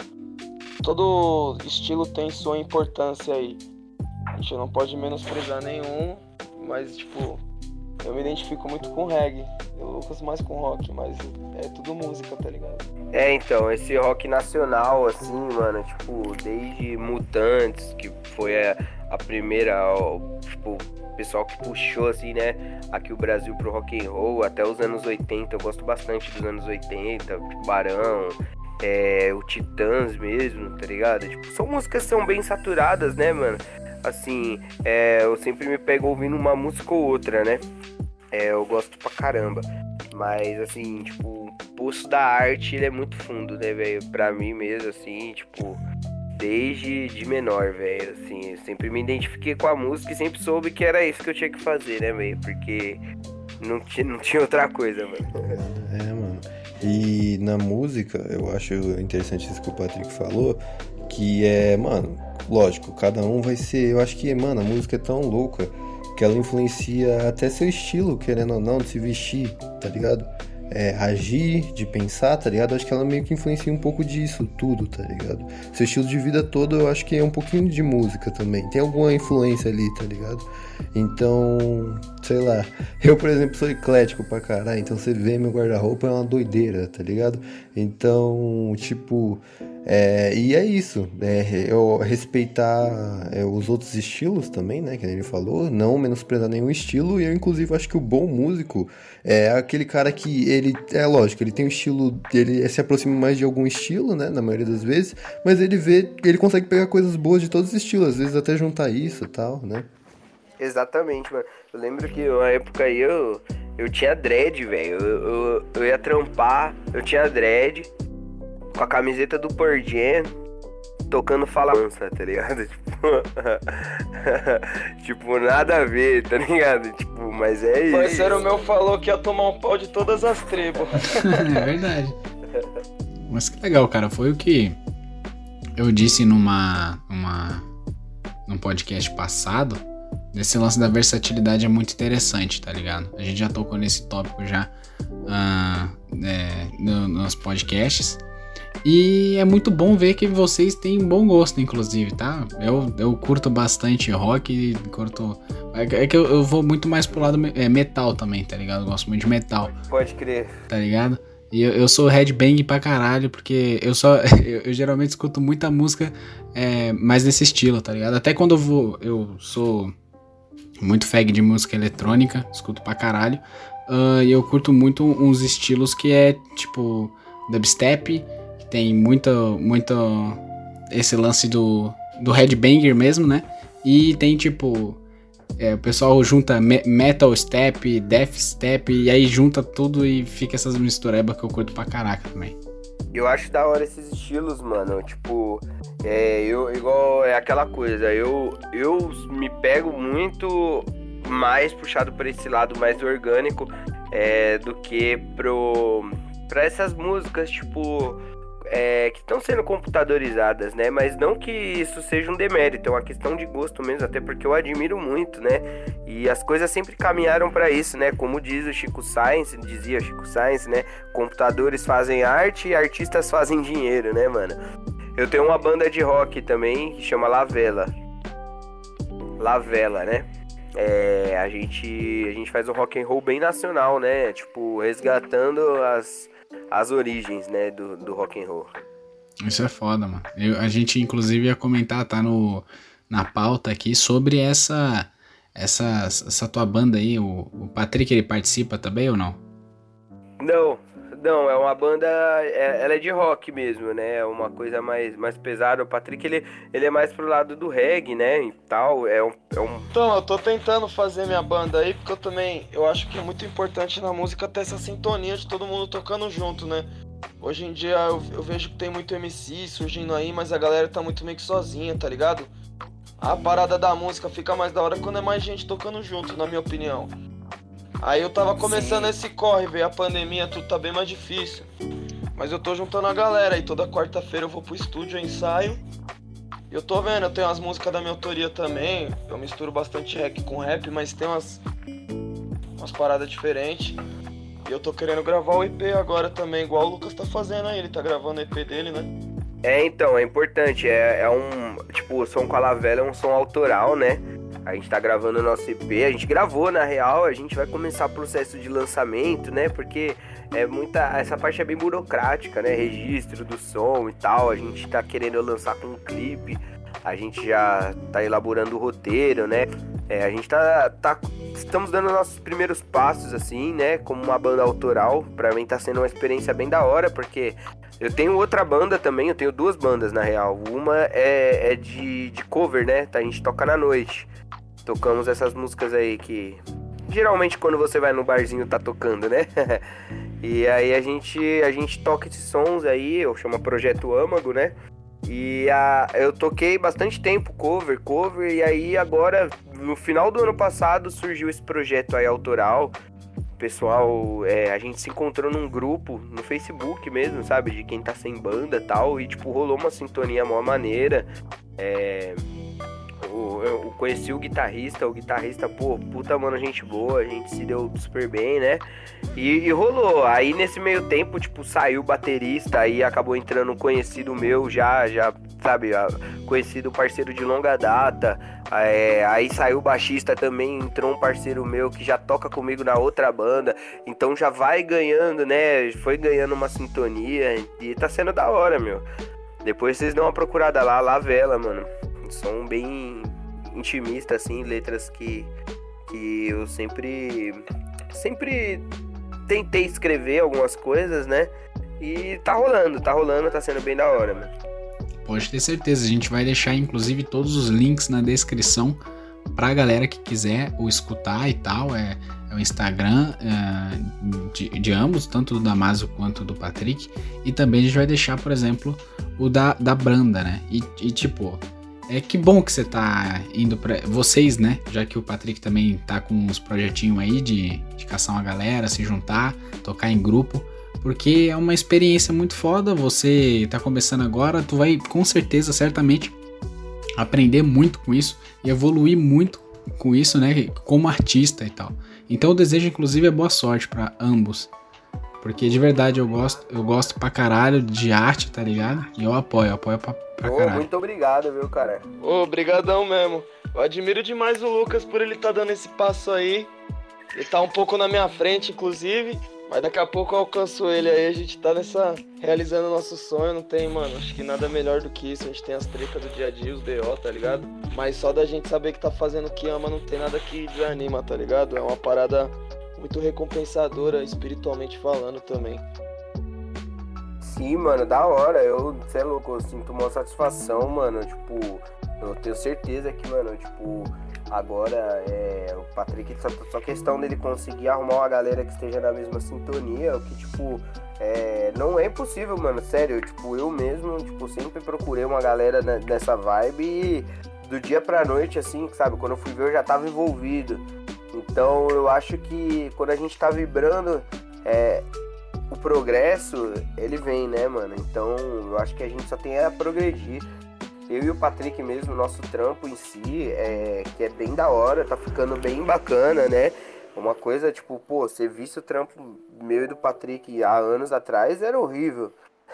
todo estilo tem sua importância aí. A gente não pode menosprezar nenhum, mas, tipo, eu me identifico muito com reggae. O Lucas mais com rock, mas é tudo música, tá ligado? Então, esse rock nacional, assim, mano, tipo, desde Mutantes, que foi a primeira, tipo, pessoal que puxou, assim, né, aqui o Brasil pro rock and roll, até os anos 80, eu gosto bastante dos anos 80, tipo, Barão, o Titãs mesmo, tá ligado? Tipo, são músicas que são bem saturadas, né, mano? Assim, eu sempre me pego ouvindo uma música ou outra, né? Eu gosto pra caramba, mas, assim, tipo, o poço da arte, ele é muito fundo, né, velho? Pra mim mesmo, assim, tipo... Desde de menor, velho, assim, eu sempre me identifiquei com a música e sempre soube que era isso que eu tinha que fazer, né, velho, porque não tinha outra coisa, mano. Mano, e na música, eu acho interessante isso que o Patrick falou, que mano, lógico, cada um vai ser, eu acho que, mano, a música é tão louca que ela influencia até seu estilo, querendo ou não, de se vestir, tá ligado? Agir, de pensar, tá ligado? Acho que ela meio que influencia um pouco disso tudo, tá ligado? Seu estilo de vida todo, eu acho que é um pouquinho de música também. Tem alguma influência ali, tá ligado? Então, sei lá. Eu, por exemplo, sou eclético pra caralho. Então você vê meu guarda-roupa é uma doideira, tá ligado? Então, tipo... e é isso, eu respeitar os outros estilos também, né, que ele falou, não menosprezar nenhum estilo, e eu inclusive acho que o bom músico é aquele cara que ele, lógico, ele tem um estilo, ele se aproxima mais de algum estilo, né, na maioria das vezes, mas ele consegue pegar coisas boas de todos os estilos, às vezes até juntar isso e tal, né. Exatamente, mano, eu lembro que uma época aí eu tinha dread, velho, eu ia trampar, eu tinha dread, com a camiseta do Pearl Jam, tocando Fala Mansa, tá ligado? Tipo, nada a ver, tá ligado? Tipo, mas é isso. O parceiro meu falou que ia tomar um pau de todas as tribos. É verdade. Mas que legal, cara. Foi o que eu disse num podcast passado. Esse lance da versatilidade é muito interessante, tá ligado? A gente já tocou nesse tópico já nos podcasts. E é muito bom ver que vocês têm bom gosto, inclusive, tá? Eu curto bastante rock, curto... É que eu vou muito mais pro lado metal também, tá ligado? Eu gosto muito de metal. Pode crer. Tá ligado? E eu sou headbang pra caralho, porque eu geralmente escuto muita música mais nesse estilo, tá ligado? Até quando eu sou muito fag de música eletrônica, escuto pra caralho. E eu curto muito uns estilos que é tipo dubstep, que tem muito esse lance do headbanger mesmo, né? E tem tipo... o pessoal junta metal step, death step, e aí junta tudo e fica essas misturebas que eu curto pra caraca também. Eu acho da hora esses estilos, mano. Tipo, igual é aquela coisa, eu me pego muito mais puxado pra esse lado mais orgânico do que pra essas músicas, tipo... que estão sendo computadorizadas, né? Mas não que isso seja um demérito, é uma questão de gosto mesmo, até porque eu admiro muito, né? E as coisas sempre caminharam para isso, né? Como dizia o Chico Science, né? Computadores fazem arte e artistas fazem dinheiro, né, mano? Eu tenho uma banda de rock também que chama Lavela, né? A gente faz um rock and roll bem nacional, né? Tipo, resgatando as origens, né, do rock and roll. Isso é foda, mano. A gente, inclusive, ia comentar, tá na pauta aqui, sobre essa tua banda aí. O Patrick, ele participa também ou não? Não, é uma banda, ela é de rock mesmo, né, é uma coisa mais pesada. O Patrick, ele é mais pro lado do reggae, né, e tal, Então, eu tô tentando fazer minha banda aí, porque eu acho que é muito importante na música ter essa sintonia de todo mundo tocando junto, né. Hoje em dia eu vejo que tem muito MC surgindo aí, mas a galera tá muito meio que sozinha, tá ligado? A parada da música fica mais da hora quando é mais gente tocando junto, na minha opinião. Aí eu tava começando esse corre, veio a pandemia, tudo tá bem mais difícil. Mas eu tô juntando a galera e toda quarta-feira eu vou pro estúdio, eu ensaio. E eu tô vendo, eu tenho as músicas da minha autoria também. Eu misturo bastante reggae com rap, mas tem umas paradas diferentes. E eu tô querendo gravar o EP agora também, igual o Lucas tá fazendo aí, ele tá gravando o EP dele, né? Então, é importante, tipo, o som com a Lavela é um som autoral, né? A gente tá gravando o nosso EP, a gente gravou, na real, a gente vai começar o processo de lançamento, né? Porque essa parte é bem burocrática, né? Registro do som e tal, a gente tá querendo lançar com um clipe, a gente já tá elaborando o roteiro, né? A gente estamos dando nossos primeiros passos, assim, né? Como uma banda autoral, pra mim tá sendo uma experiência bem da hora, porque eu tenho outra banda também, eu tenho duas bandas, na real. Uma é de cover, né? A gente toca na noite. Tocamos essas músicas aí que geralmente quando você vai no barzinho tá tocando, né? E aí a gente toca esses sons aí, eu chamo Projeto Âmago, né? E eu toquei bastante tempo cover, e aí agora, no final do ano passado, surgiu esse projeto aí autoral. Pessoal, a gente se encontrou num grupo no Facebook mesmo, sabe? De quem tá sem banda e tal, e tipo, rolou uma sintonia mó maneira. Eu conheci o guitarrista, pô, puta mano, gente boa, a gente se deu super bem, né? E rolou. Aí nesse meio tempo, tipo, saiu o baterista, aí acabou entrando um conhecido meu já, sabe, conhecido parceiro de longa data. Aí saiu o baixista também, entrou um parceiro meu que já toca comigo na outra banda. Então já vai ganhando, né? Foi ganhando uma sintonia e tá sendo da hora, meu. Depois vocês dão uma procurada lá, Lavela, mano. Som bem intimista, assim, letras que eu sempre tentei escrever algumas coisas, né? E tá rolando, tá sendo bem da hora, mano. Pode ter certeza, a gente vai deixar inclusive todos os links na descrição pra galera que quiser o escutar e tal. É o Instagram de ambos, tanto do Damaso quanto do Patrick. E também a gente vai deixar, por exemplo, o da Branda, né? E tipo... que bom que você tá indo pra... Vocês, né? Já que o Patrick também tá com uns projetinhos aí de caçar uma galera, se juntar, tocar em grupo. Porque é uma experiência muito foda. Você tá começando agora, tu vai com certeza, certamente, aprender muito com isso e evoluir muito com isso, né? Como artista e tal. Então eu desejo, inclusive, boa sorte pra ambos. Porque de verdade eu gosto pra caralho de arte, tá ligado? E eu apoio pra caralho. Muito obrigado, viu, cara? Obrigadão mesmo. Eu admiro demais o Lucas por ele tá dando esse passo aí. Ele tá um pouco na minha frente, inclusive. Mas daqui a pouco eu alcanço ele aí, a gente tá realizando o nosso sonho, não tem, mano, acho que nada melhor do que isso, a gente tem as tretas do dia a dia, os BO, tá ligado? Mas só da gente saber que tá fazendo o que ama, não tem nada que desanima, tá ligado? É uma parada muito recompensadora, espiritualmente falando também. Sim, mano, da hora, cê é louco, eu sinto uma satisfação, mano, tipo, eu tenho certeza que, mano, tipo... Agora, o Patrick, só questão dele conseguir arrumar uma galera que esteja na mesma sintonia, o que, tipo, não é impossível, mano, sério, tipo, eu mesmo, tipo, sempre procurei uma galera nessa vibe e do dia pra noite, assim, sabe, quando eu fui ver eu já tava envolvido. Então, eu acho que quando a gente tá vibrando, o progresso, ele vem, né, mano, então eu acho que a gente só tem a progredir. Eu e o Patrick mesmo, nosso trampo em si, que é bem da hora, tá ficando bem bacana, né? Uma coisa, tipo, pô, você visse o trampo meu e do Patrick há anos atrás, era horrível.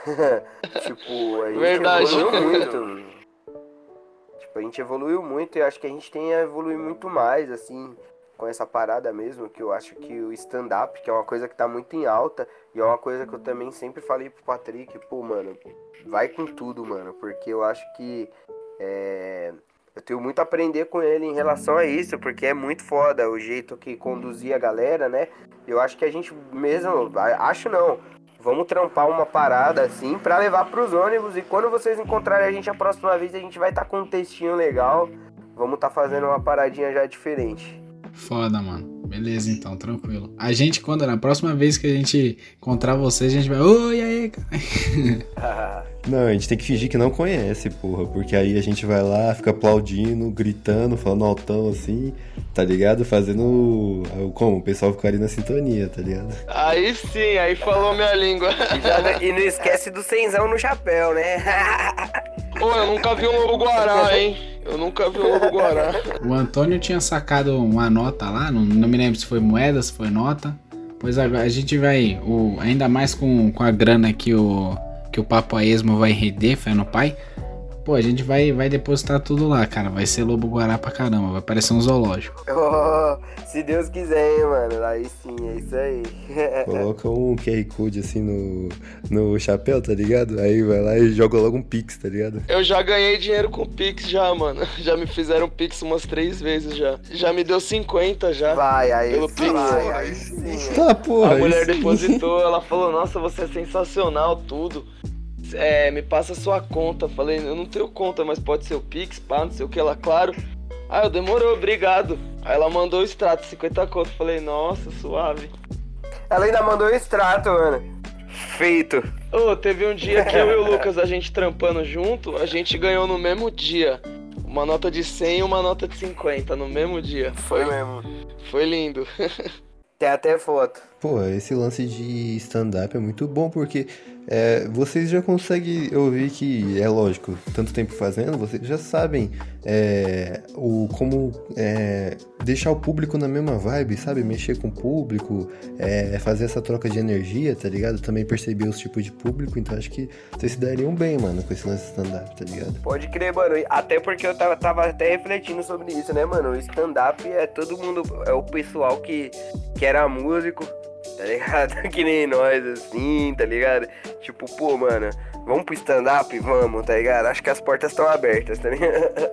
Tipo, a gente evoluiu muito. Tipo, a gente evoluiu muito e eu acho que a gente tem a evoluir muito mais, assim, com essa parada mesmo, que eu acho que o stand-up, que é uma coisa que tá muito em alta, e é uma coisa que eu também sempre falei pro Patrick, pô, mano, vai com tudo, mano, porque eu acho que eu tenho muito a aprender com ele em relação a isso, porque é muito foda o jeito que conduzia a galera, né? Eu acho que a gente mesmo, acho não, vamos trampar uma parada assim pra levar pros ônibus, e quando vocês encontrarem a gente a próxima vez, a gente vai estar com um textinho legal, vamos tá fazendo uma paradinha já diferente. Foda, mano. Beleza, então, tranquilo. A gente, na próxima vez que a gente encontrar vocês, a gente vai... Oi, aí, cara. Não, a gente tem que fingir que não conhece, porra. Porque aí a gente vai lá, fica aplaudindo, gritando, falando altão assim, tá ligado? Fazendo... Como? O pessoal ficaria na sintonia, tá ligado? Aí sim, aí falou minha língua. E não esquece do cenzão no chapéu, né? Pô, eu nunca vi um lobo guará, hein? Eu nunca vi um lobo guará. O Antônio tinha sacado uma nota lá, não me lembro se foi moeda, se foi nota. Pois agora a gente vai, ainda mais com a grana que o Papo a Esmo vai render, fé no pai. Pô, a gente vai depositar tudo lá, cara. Vai ser lobo guará pra caramba, vai parecer um zoológico. Oh, se Deus quiser, hein, mano. Aí sim, é isso aí. Coloca um QR Code assim no chapéu, tá ligado? Aí vai lá e joga logo um Pix, tá ligado? Eu já ganhei dinheiro com Pix já, mano. Já me fizeram Pix umas 3 vezes já. Já me deu 50 já. Vai, aí pelo sim, Pix. aí sim. Tá, porra. A mulher depositou, ela falou, nossa, você é sensacional, tudo. Me passa a sua conta. Falei, eu não tenho conta, mas pode ser o Pix, pá, não sei o que lá, claro. Eu demorou, obrigado. Aí ela mandou o extrato, 50 conto. Falei, nossa, suave. Ela ainda mandou o extrato, mano. Feito. Teve um dia que eu e o Lucas, a gente trampando junto, a gente ganhou no mesmo dia. Uma nota de 100 e uma nota de 50 no mesmo dia. Foi mesmo. Foi lindo. Tem até foto. Pô, esse lance de stand-up é muito bom, porque vocês já conseguem, eu vi que, é lógico, tanto tempo fazendo, vocês já sabem como deixar o público na mesma vibe, sabe? Mexer com o público, fazer essa troca de energia, tá ligado? Também perceber os tipos de público, então acho que vocês se dariam bem, mano, com esse lance de stand-up, tá ligado? Pode crer, mano. Até porque eu tava até refletindo sobre isso, né, mano? O stand-up todo mundo, é o pessoal que era músico, tá ligado? Que nem nós, assim, tá ligado? Tipo, pô, mano, vamos pro stand-up? Vamos, tá ligado? Acho que as portas estão abertas, tá ligado?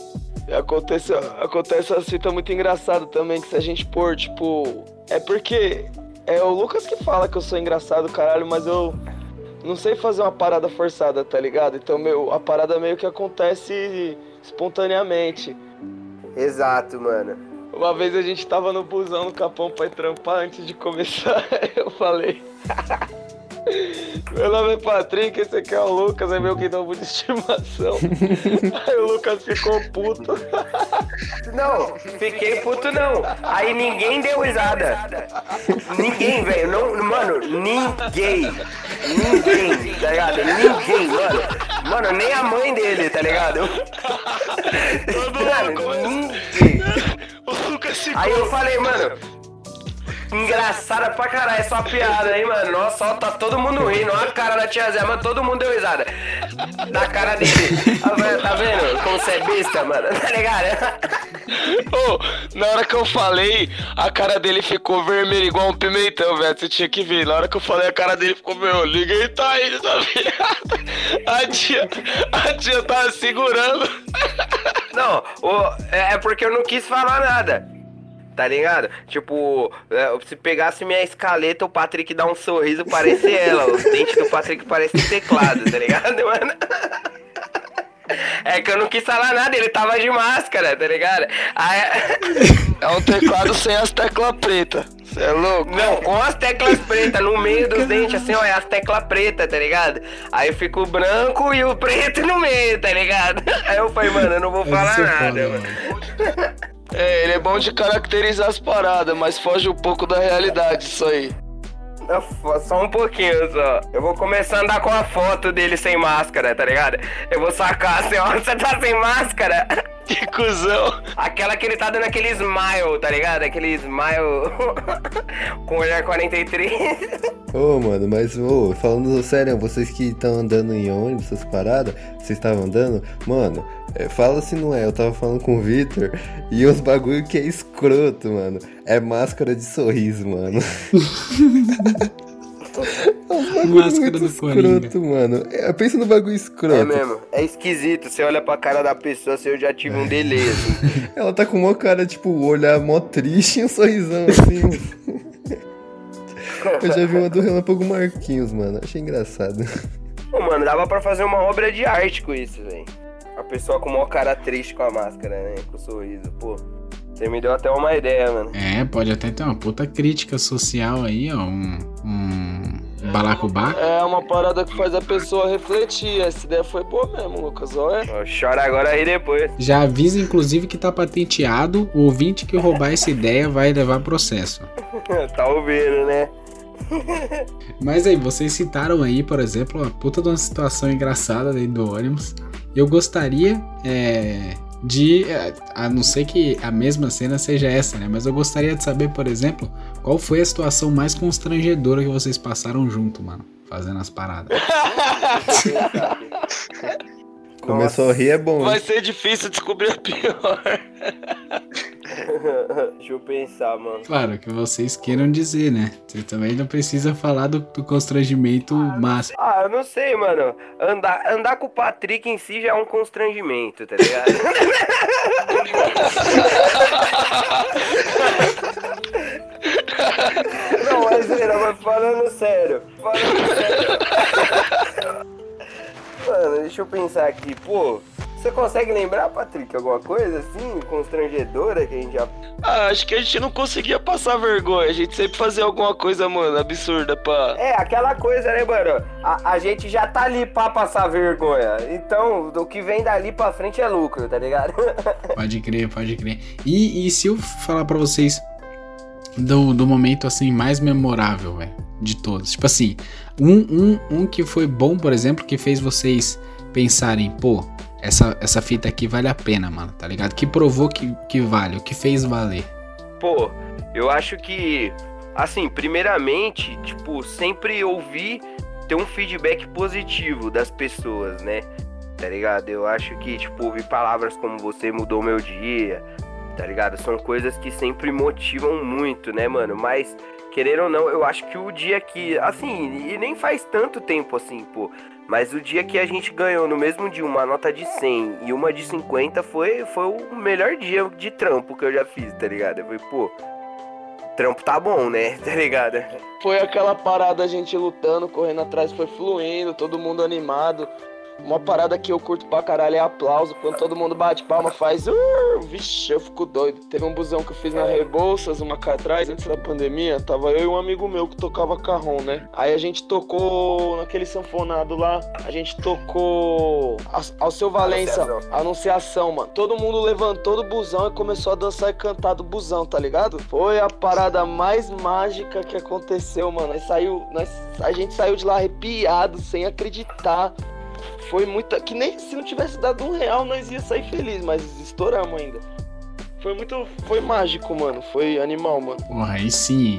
Acontece uma cita muito engraçada também, que se a gente pôr, tipo... É porque é o Lucas que fala que eu sou engraçado, caralho, mas eu não sei fazer uma parada forçada, tá ligado? Então, a parada meio que acontece espontaneamente. Exato, mano. Uma vez a gente tava no busão no Capão pra ir trampar, antes de começar, eu falei... Meu nome é Patrick, esse aqui é o Lucas, é meu guidão de estimação. Aí o Lucas ficou puto. Não, fiquei puto não. Aí ninguém deu risada. Ninguém, velho. Mano, ninguém, tá ligado? Ninguém, mano. Mano, nem a mãe dele, tá ligado? Mano, ninguém. O Lucas ficou... Aí eu falei, mano... engraçada pra caralho essa piada, hein, mano? Nossa, ó, tá todo mundo rindo. Olha a cara da tia Zé, mano, todo mundo deu risada. Da cara dele. Tá vendo como você é besta, mano? Tá ligado? Na hora que eu falei, a cara dele ficou vermelha igual um pimentão, velho. Você tinha que ver. Na hora que eu falei, a cara dele ficou vermelha. Ninguém tá indo, tá ligado? A tia tava segurando. Não, é porque eu não quis falar nada. Tá ligado? Tipo, se pegasse minha escaleta, o Patrick dá um sorriso, parece ela. Os dentes do Patrick parecem teclado, tá ligado, mano? É que eu não quis falar nada, ele tava de máscara, tá ligado? Aí... É um teclado sem as teclas pretas. Você é louco? Não, com as teclas pretas, no meio dos dentes, assim, ó, é as teclas pretas, tá ligado? Aí fica o branco e o preto no meio, tá ligado? Aí eu falei, mano, eu não vou falar nada, mano. Ele é bom de caracterizar as paradas, mas foge um pouco da realidade isso aí. Só um pouquinho, só. Eu vou começar a andar com a foto dele sem máscara, tá ligado? Eu vou sacar assim, ó, você tá sem máscara? Que cuzão. Aquela que ele tá dando aquele smile, tá ligado? Aquele smile com olhar 43. Mano, mas falando sério, vocês que estão andando em ônibus, essas paradas, vocês estavam andando, mano, fala se não é, eu tava falando com o Victor e uns bagulho que é escroto, mano. É máscara de sorriso, mano. Máscara do escroto, mano. Pensa no bagulho escroto. É mesmo, é esquisito. Você olha pra cara da pessoa, assim, eu já tive um delay, assim. Ela tá com uma cara, tipo, olhar mó triste e um sorrisão, assim. Eu já vi uma do Relâmpago Marquinhos, mano. Achei engraçado. Pô, mano, dava pra fazer uma obra de arte com isso, velho. A pessoa com uma cara triste com a máscara, né? Com o sorriso, pô. Você me deu até uma ideia, mano. Pode até ter uma puta crítica social aí, ó. Um balacobaco. É uma parada que faz a pessoa refletir. Essa ideia foi boa mesmo, Lucas. Olha. Chora agora e depois. Já avisa, inclusive, que tá patenteado. O ouvinte que roubar essa ideia vai levar processo. Tá ouvindo, né? Mas aí, vocês citaram aí, por exemplo, uma puta de uma situação engraçada dentro do ônibus. Eu gostaria a não ser que a mesma cena seja essa, né? Mas eu gostaria de saber, por exemplo, qual foi a situação mais constrangedora que vocês passaram junto, mano, fazendo as paradas. Começou a rir, é bom. Vai ser difícil descobrir a pior. Deixa eu pensar, mano. Claro, que vocês queiram dizer, né? Você também não precisa falar do constrangimento máximo. Eu não sei, mano. Andar com o Patrick em si já é um constrangimento, tá ligado? Não, mas falando sério. Mano, deixa eu pensar aqui, pô. Você consegue lembrar, Patrick, alguma coisa assim, constrangedora que a gente já... Acho que a gente não conseguia passar vergonha. A gente sempre fazia alguma coisa, mano, absurda pra... Aquela coisa, né, mano? A gente já tá ali pra passar vergonha. Então, o que vem dali pra frente é lucro, tá ligado? Pode crer. E se eu falar pra vocês do momento, assim, mais memorável, velho, de todos? Tipo assim, um que foi bom, por exemplo, que fez vocês pensarem, pô, essa fita aqui vale a pena, mano, tá ligado? Que provou que vale, o que fez valer. Pô, eu acho que, assim, primeiramente, tipo, sempre ouvir, ter um feedback positivo das pessoas, né? Tá ligado? Eu acho que, tipo, ouvir palavras como você mudou meu dia, tá ligado? São coisas que sempre motivam muito, né, mano? Mas, querendo ou não, eu acho que o dia que, assim, e nem faz tanto tempo assim, pô, mas o dia que a gente ganhou no mesmo dia uma nota de 100 e uma de 50 foi o melhor dia de trampo que eu já fiz, tá ligado? Eu falei, pô, trampo tá bom, né? Tá ligado? Foi aquela parada, a gente lutando, correndo atrás, foi fluindo, todo mundo animado. Uma parada que eu curto pra caralho é aplauso. Quando todo mundo bate palma, faz... Vixe, eu fico doido. Teve um busão que eu fiz na Rebouças, uma cá atrás, antes da pandemia. Tava eu e um amigo meu que tocava carrom, né? Aí a gente tocou naquele sanfonado lá. A gente tocou Alceu Valença, Anunciação, mano. Todo mundo levantou do busão e começou a dançar e cantar do busão, tá ligado? Foi a parada mais mágica que aconteceu, mano. A gente saiu de lá arrepiado, sem acreditar. Foi muita... Que nem se não tivesse dado R$1, nós ia sair feliz, mas estouramos ainda. Foi mágico, mano. Foi animal, mano. Porra, aí sim.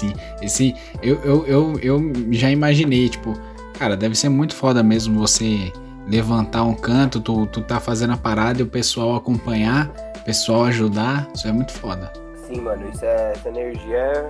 Eu já imaginei, tipo, cara, deve ser muito foda mesmo você levantar um canto, tu tá fazendo a parada e o pessoal acompanhar, o pessoal ajudar, isso é muito foda. Sim, mano, essa energia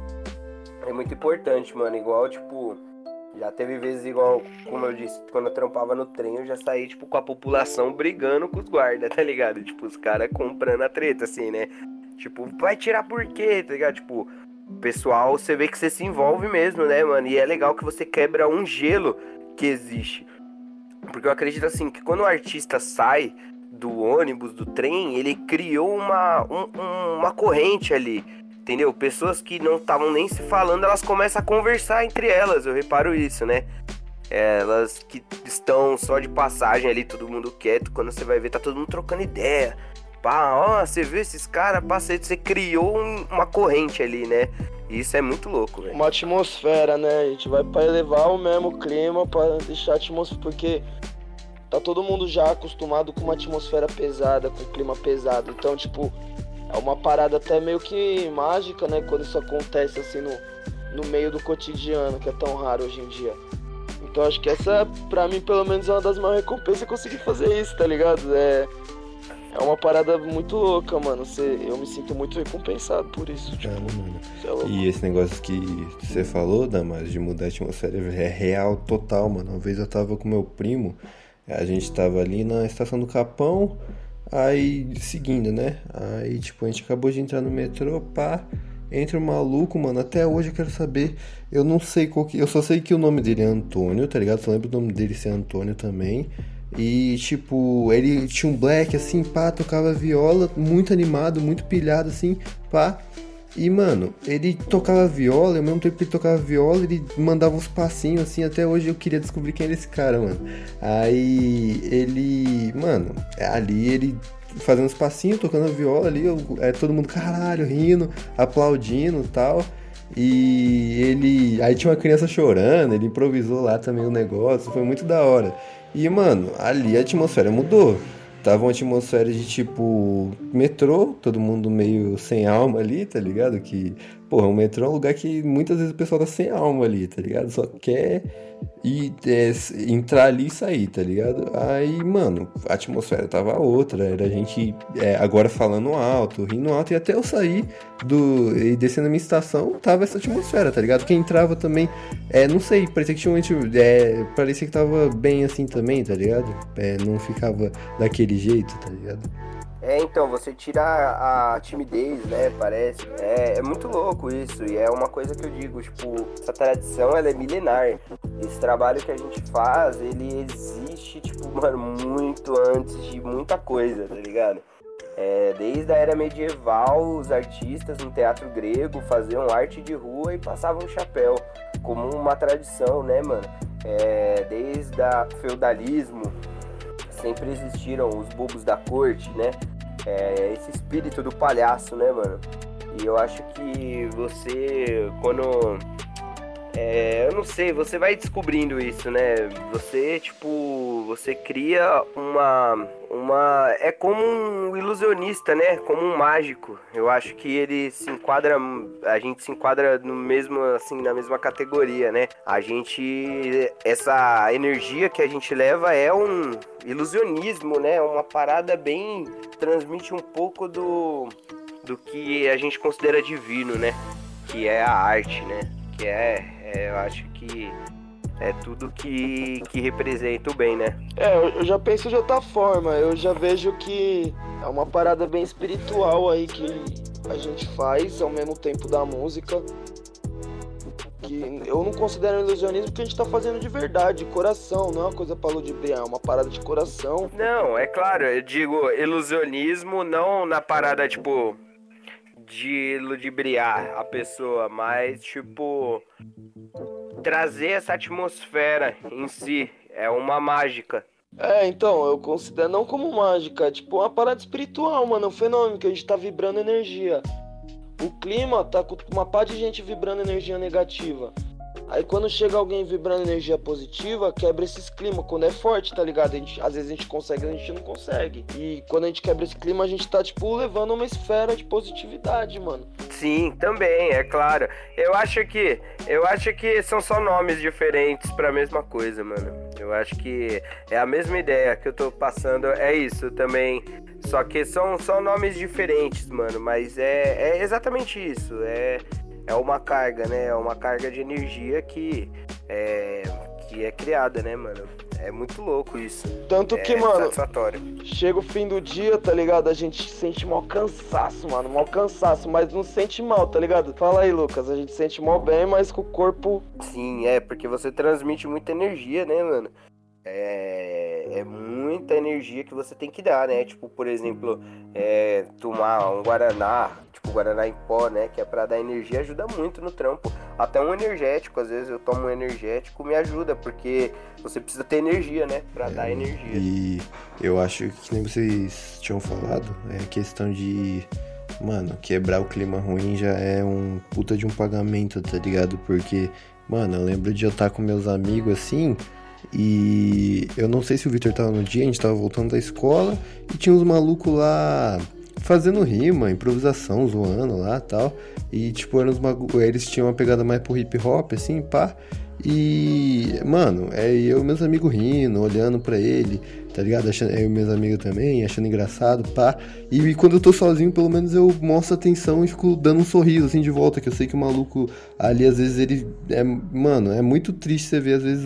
é muito importante, mano. Igual, tipo, já teve vezes igual, como eu disse, quando eu trampava no trem, eu já saí, tipo, com a população brigando com os guardas, tá ligado? Tipo, os caras comprando a treta, assim, né? Tipo, vai tirar por quê, tá ligado? Tipo, pessoal, você vê que você se envolve mesmo, né, mano? E é legal que você quebra um gelo que existe. Porque eu acredito, assim, que quando o artista sai do ônibus, do trem, ele criou uma corrente ali, entendeu? Pessoas que não estavam nem se falando, elas começam a conversar entre elas, eu reparo isso, né? Elas que estão só de passagem ali, todo mundo quieto, quando você vai ver, tá todo mundo trocando ideia. Pá, ó, você viu esses caras, você criou uma corrente ali, né? E isso é muito louco, velho. Uma atmosfera, né? A gente vai pra elevar o mesmo clima, pra deixar a atmosfera, porque tá todo mundo já acostumado com uma atmosfera pesada, com clima pesado. Então, tipo, é uma parada até meio que mágica, né? Quando isso acontece assim no meio do cotidiano, que é tão raro hoje em dia. Então acho que essa, pra mim, pelo menos, é uma das maiores recompensas conseguir fazer isso, tá ligado? É uma parada muito louca, mano. Eu me sinto muito recompensado por isso. Tipo, mano. É louco. E esse negócio que você falou, Damas, de mudar a atmosfera é real total, mano. Uma vez eu tava com meu primo, a gente tava ali na estação do Capão, aí seguindo, né? Aí, tipo, a gente acabou de entrar no metrô, pá. Entra um maluco, mano, até hoje eu quero saber, eu não sei qual que... Eu só sei que o nome dele é Antônio, tá ligado? Só lembro o nome dele ser Antônio também. E, tipo, ele tinha um black, assim, pá, tocava viola, muito animado, muito pilhado, assim, pá. E, mano, ele tocava viola, e ao mesmo tempo que ele tocava viola, ele mandava uns passinhos, assim, até hoje eu queria descobrir quem era esse cara, mano. Aí, mano, ali ele fazendo uns passinhos, tocando a viola ali, todo mundo, caralho, rindo, aplaudindo e tal. E aí tinha uma criança chorando, ele improvisou lá também o negócio, foi muito da hora. E, mano, ali a atmosfera mudou. Tava uma atmosfera de, tipo, metrô, todo mundo meio sem alma ali, tá ligado? Que, porra, o metrô é um lugar que muitas vezes o pessoal tá sem alma ali, tá ligado? Só quer entrar ali e sair, tá ligado? Aí, mano, a atmosfera tava outra, era a gente agora falando alto, rindo alto, e até eu sair e descer na minha estação, tava essa atmosfera, tá ligado? Quem entrava também, não sei, parecia que tinha parecia que tava bem assim também, tá ligado? Não ficava daquele jeito, tá ligado? Então, você tira a timidez, né, parece. É muito louco isso, e é uma coisa que eu digo, tipo, essa tradição, ela é milenar. Esse trabalho que a gente faz, ele existe, tipo, mano, muito antes de muita coisa, tá ligado? Desde a era medieval, os artistas no teatro grego faziam arte de rua e passavam chapéu, como uma tradição, né, mano? Desde o feudalismo, sempre existiram os bobos da corte, né? Esse espírito do palhaço, né, mano? E eu acho que você, quando... eu não sei, você vai descobrindo isso, né? Você, tipo, você cria é como um ilusionista, né? Como um mágico. Eu acho que a gente se enquadra no mesmo, assim, na mesma categoria, né? Essa energia que a gente leva é um ilusionismo, né? Uma parada bem, transmite um pouco do que a gente considera divino, né? Que é a arte, né? Que eu acho que é tudo que representa o bem, né? Eu já penso de outra forma, eu já vejo que é uma parada bem espiritual aí que a gente faz ao mesmo tempo da música. Que eu não considero ilusionismo porque a gente tá fazendo de verdade, de coração, não é uma coisa pra ludibriar, é uma parada de coração. Não, é claro, eu digo ilusionismo não na parada, tipo, de ludibriar a pessoa, mas, tipo, trazer essa atmosfera em si, é uma mágica. Então, eu considero não como mágica, é tipo uma parada espiritual, mano, é um fenômeno que a gente tá vibrando energia. O clima tá com uma pá de gente vibrando energia negativa. Aí quando chega alguém vibrando energia positiva, quebra esses climas. Quando é forte, tá ligado? Às vezes a gente consegue, a gente não consegue. E quando a gente quebra esse clima, a gente tá, tipo, levando uma esfera de positividade, mano. Sim, também, é claro. Eu acho que são só nomes diferentes pra mesma coisa, mano. Eu acho que é a mesma ideia que eu tô passando, é isso também. Só que são nomes diferentes, mano. Mas é exatamente isso. É uma carga, né? É uma carga de energia que é criada, né, mano? É muito louco isso. Tanto que, mano, satisfatório. Chega o fim do dia, tá ligado? A gente sente mal cansaço, mano. Mal cansaço, mas não sente mal, tá ligado? Fala aí, Lucas. A gente sente mal bem, mas com o corpo... Sim, porque você transmite muita energia, né, mano? É muita energia que você tem que dar, né? Tipo, por exemplo, tomar um Guaraná, tipo Guaraná em pó, né? Que é pra dar energia, ajuda muito no trampo. Até um energético, às vezes eu tomo um energético, me ajuda, porque você precisa ter energia, né? Pra dar energia. E eu acho que nem vocês tinham falado, é questão de... Mano, quebrar o clima ruim já é um puta de um pagamento, tá ligado? Porque, mano, eu lembro de eu estar com meus amigos assim... E eu não sei se o Victor tava no dia, a gente tava voltando da escola e tinha uns malucos lá fazendo rima, improvisação, zoando lá e tal. E tipo, eles tinham uma pegada mais pro hip hop, assim, pá. E, mano, eu e meus amigos rindo, olhando pra ele, tá ligado? Eu e meus amigos também, achando engraçado, pá. E quando eu tô sozinho, pelo menos eu mostro atenção e fico dando um sorriso, assim, de volta. Que eu sei que o maluco ali, às vezes, ele... Mano, é muito triste você ver, às vezes,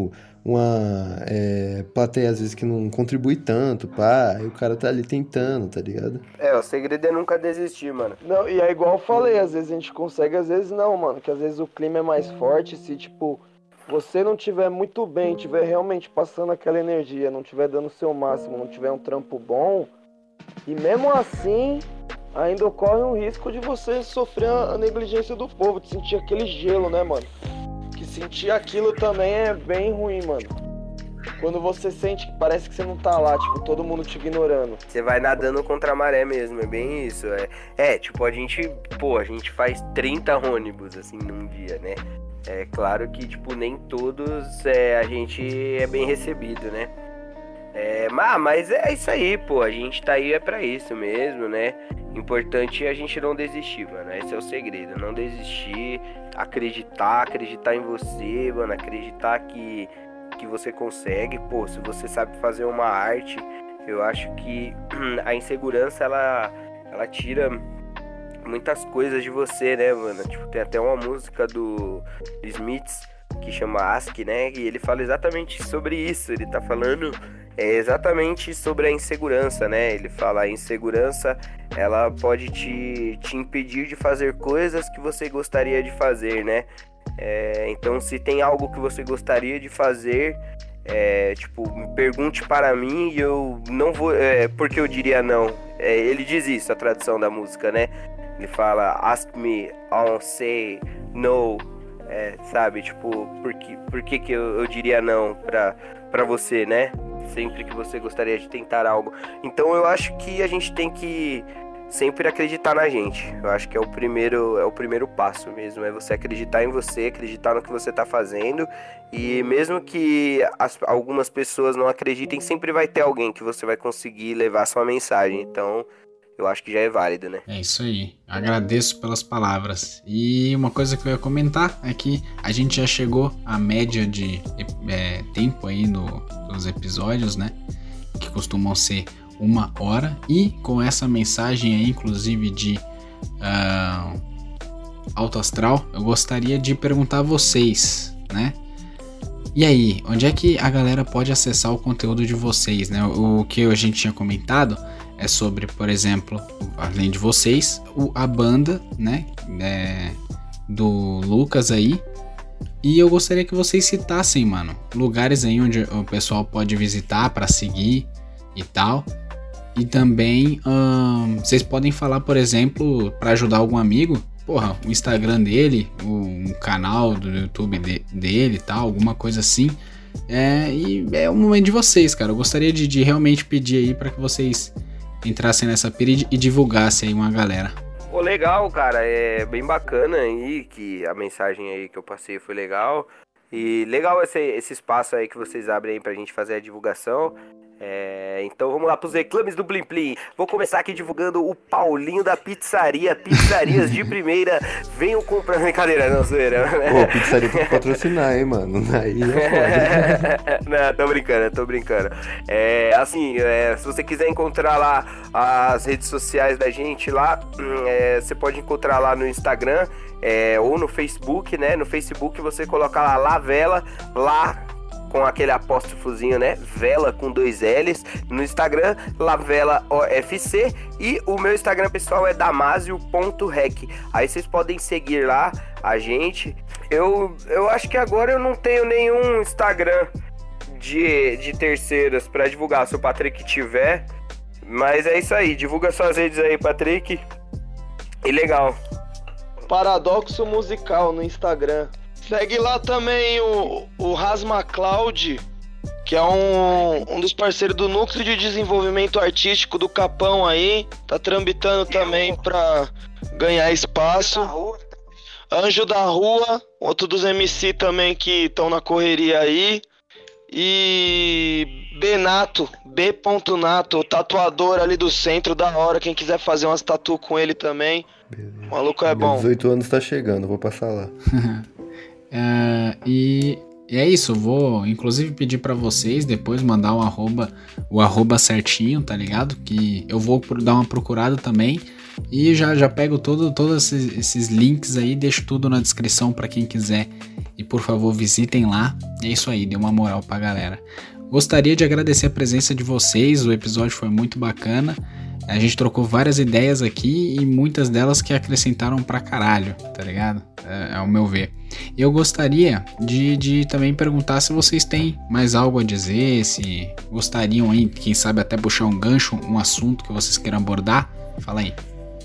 uma plateia, às vezes, que não contribui tanto, pá. E o cara tá ali tentando, tá ligado? O segredo é nunca desistir, mano. Não, e é igual eu falei, às vezes a gente consegue, às vezes não, mano. Que às vezes o clima é mais forte, se, tipo... você não tiver muito bem, tiver realmente passando aquela energia, não tiver dando o seu máximo, não tiver um trampo bom, e mesmo assim, ainda ocorre um risco de você sofrer a negligência do povo, de sentir aquele gelo, né, mano? Que sentir aquilo também é bem ruim, mano. Quando você sente que parece que você não tá lá, tipo, todo mundo te ignorando. Você vai nadando contra a maré mesmo, é bem isso. Tipo, a gente faz 30 ônibus, assim, num dia, né? É claro que, tipo, nem todos a gente é bem recebido, né? Mas é isso aí, pô. A gente tá aí pra isso mesmo, né? Importante é a gente não desistir, mano. Esse é o segredo. Não desistir, acreditar em você, mano. Acreditar que você consegue. Pô, se você sabe fazer uma arte, eu acho que a insegurança, ela tira... muitas coisas de você, né, mano? Tipo, tem até uma música do Smiths que chama Ask, né? E ele fala exatamente sobre isso. Ele tá falando exatamente sobre a insegurança, né? Ele fala: a insegurança, ela pode te impedir de fazer coisas que você gostaria de fazer, né? Então, se tem algo que você gostaria de fazer, tipo, pergunte para mim e eu não vou... porque eu diria não. Ele diz isso, a tradução da música, né? Ele fala: ask me, I'll say no. Sabe, tipo, por que eu diria não pra você, né? Sempre que você gostaria de tentar algo. Então eu acho que a gente tem que sempre acreditar na gente. Eu acho que é o primeiro passo mesmo. É você acreditar em você, acreditar no que você tá fazendo. E mesmo que algumas pessoas não acreditem, sempre vai ter alguém que você vai conseguir levar sua mensagem. Então... eu acho que já é válido, né? É isso aí. Agradeço pelas palavras. E uma coisa que eu ia comentar é que a gente já chegou à média de tempo aí nos episódios, né? Que costumam ser 1 hora. E com essa mensagem aí, inclusive de alto astral, eu gostaria de perguntar a vocês, né? E aí, onde é que a galera pode acessar o conteúdo de vocês, né? O que a gente tinha comentado é sobre, por exemplo, além de vocês, a banda, né, do Lucas aí. E eu gostaria que vocês citassem, mano, lugares aí onde o pessoal pode visitar pra seguir e tal. E também, vocês podem falar, por exemplo, pra ajudar algum amigo, porra, o Instagram dele, o canal do YouTube dele e tal, alguma coisa assim. E é o momento de vocês, cara. Eu gostaria de realmente pedir aí pra que vocês entrassem nessa pilha e divulgassem aí uma galera. Ô legal, cara, é bem bacana aí, que a mensagem aí que eu passei foi legal. E legal esse espaço aí que vocês abrem aí pra gente fazer a divulgação. Então vamos lá pros reclames do Plim Plim. Vou começar aqui divulgando o Paulinho da Pizzaria. Pizzarias de primeira. Venham comprar. Brincadeira, não, zoeira. Pô, pizzaria tem que patrocinar, hein, mano. Aí é foda. Não, tô brincando. Se você quiser encontrar lá as redes sociais da gente lá, você pode encontrar lá no Instagram ou no Facebook, né? No Facebook você coloca lá Lavela, lá com aquele apóstrofozinho, né? Vela com 2 L's. No Instagram, Lavela OFC. E o meu Instagram pessoal é damasio.rec. Aí vocês podem seguir lá a gente. Eu acho que agora eu não tenho nenhum Instagram de terceiras pra divulgar, se o Patrick tiver. Mas é isso aí, divulga suas redes aí, Patrick. E legal. Paradoxo Musical no Instagram. Segue lá também o Rasma Cloud, que é um dos parceiros do Núcleo de Desenvolvimento Artístico do Capão aí. Tá tramitando também pra ganhar espaço. Anjo da Rua, outro dos MC também que estão na correria aí. E Benato, B.Nato, o tatuador ali do centro, da hora. Quem quiser fazer umas tatu com ele também. O maluco é bom. 18 anos tá chegando, vou passar lá. E é isso, eu vou inclusive pedir pra vocês depois mandar o arroba certinho, tá ligado? Que eu vou dar uma procurada também e já pego todos esses links aí, deixo tudo na descrição pra quem quiser e por favor visitem lá. É isso aí, dê uma moral pra galera. Gostaria de agradecer a presença de vocês, o episódio foi muito bacana. A gente trocou várias ideias aqui e muitas delas que acrescentaram pra caralho, tá ligado? Ao meu ver. Eu gostaria de também perguntar se vocês têm mais algo a dizer, se gostariam aí, quem sabe até puxar um gancho, um assunto que vocês queiram abordar. Fala aí.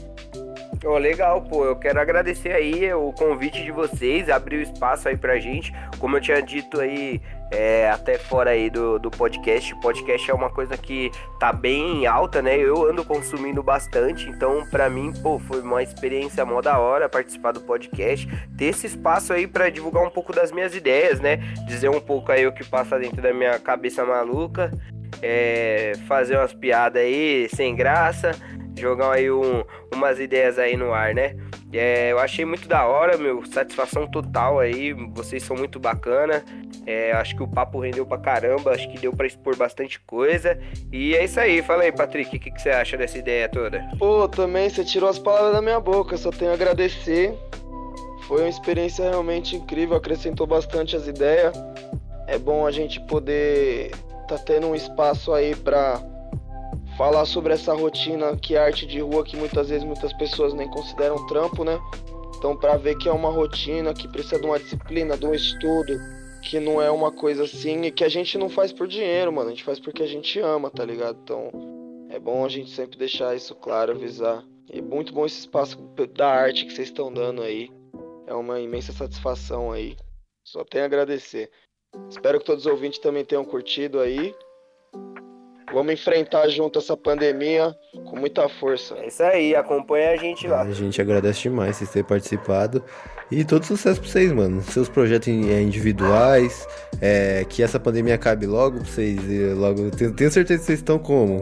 Legal, pô, eu quero agradecer aí o convite de vocês, abrir o espaço aí pra gente, como eu tinha dito aí, até fora aí do podcast. O podcast é uma coisa que tá bem alta, né, eu ando consumindo bastante, então pra mim, pô, foi uma experiência mó da hora participar do podcast, ter esse espaço aí pra divulgar um pouco das minhas ideias, né, dizer um pouco aí o que passa dentro da minha cabeça maluca, fazer umas piadas aí sem graça, jogar aí umas ideias aí no ar, né? Eu achei muito da hora, meu, satisfação total aí, vocês são muito bacana. Acho que o papo rendeu pra caramba, acho que deu pra expor bastante coisa. E é isso aí, fala aí, Patrick, o que você acha dessa ideia toda? Pô, também você tirou as palavras da minha boca, só tenho a agradecer. Foi uma experiência realmente incrível, acrescentou bastante as ideias. É bom a gente poder tá tendo um espaço aí pra falar sobre essa rotina que é arte de rua, que muitas vezes muitas pessoas nem consideram trampo, né? Então, pra ver que é uma rotina, que precisa de uma disciplina, de um estudo, que não é uma coisa assim, e que a gente não faz por dinheiro, mano, a gente faz porque a gente ama, tá ligado? Então, é bom a gente sempre deixar isso claro, avisar. E muito bom esse espaço da arte que vocês estão dando aí. É uma imensa satisfação aí. Só tenho a agradecer. Espero que todos os ouvintes também tenham curtido aí. Vamos enfrentar junto essa pandemia com muita força. É isso aí, acompanha a gente lá. A gente agradece demais vocês terem participado. E todo sucesso pra vocês, mano. Seus projetos individuais. Que essa pandemia acabe logo pra vocês. Logo, tenho certeza que vocês estão como?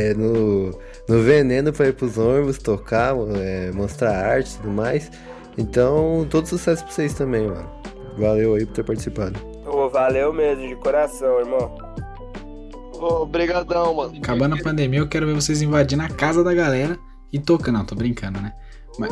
No veneno pra ir pros ônibus, tocar, mostrar arte e tudo mais. Então, todo sucesso pra vocês também, mano. Valeu aí por ter participado. Valeu mesmo, de coração, irmão. Obrigadão, mano. Acabando a pandemia, eu quero ver vocês invadindo a casa da galera e tocando. Não, tô brincando, né? Mas...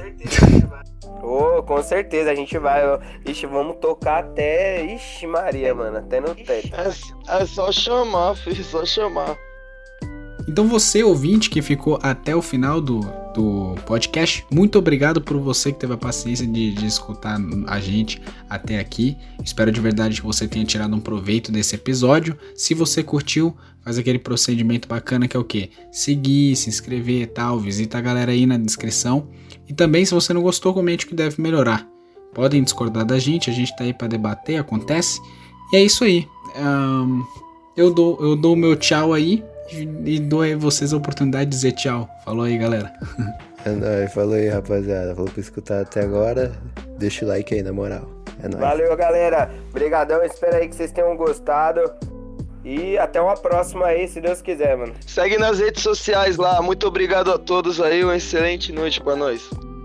Com certeza, a gente vai. Ixi, vamos tocar até... Ixi Maria, mano, até no teto. É só chamar, filho, só chamar. Então você, ouvinte, que ficou até o final do podcast, muito obrigado por você que teve a paciência de escutar a gente até aqui. Espero de verdade que você tenha tirado um proveito desse episódio. Se você curtiu, faz aquele procedimento bacana que é o quê? Seguir, se inscrever e tal, visita a galera aí na descrição. E também, se você não gostou, comente o que deve melhorar. Podem discordar da gente, a gente tá aí pra debater, acontece. E é isso aí. Eu dou o meu tchau aí. e dou a vocês a oportunidade de dizer tchau. Falou aí, galera. É nóis, falou aí, rapaziada. Falou pra escutar até agora. Deixa o like aí, na moral. É nóis. Valeu, galera. Obrigadão, espero aí que vocês tenham gostado. E até uma próxima aí, se Deus quiser, mano. Segue nas redes sociais lá. Muito obrigado a todos aí. Uma excelente noite pra nós.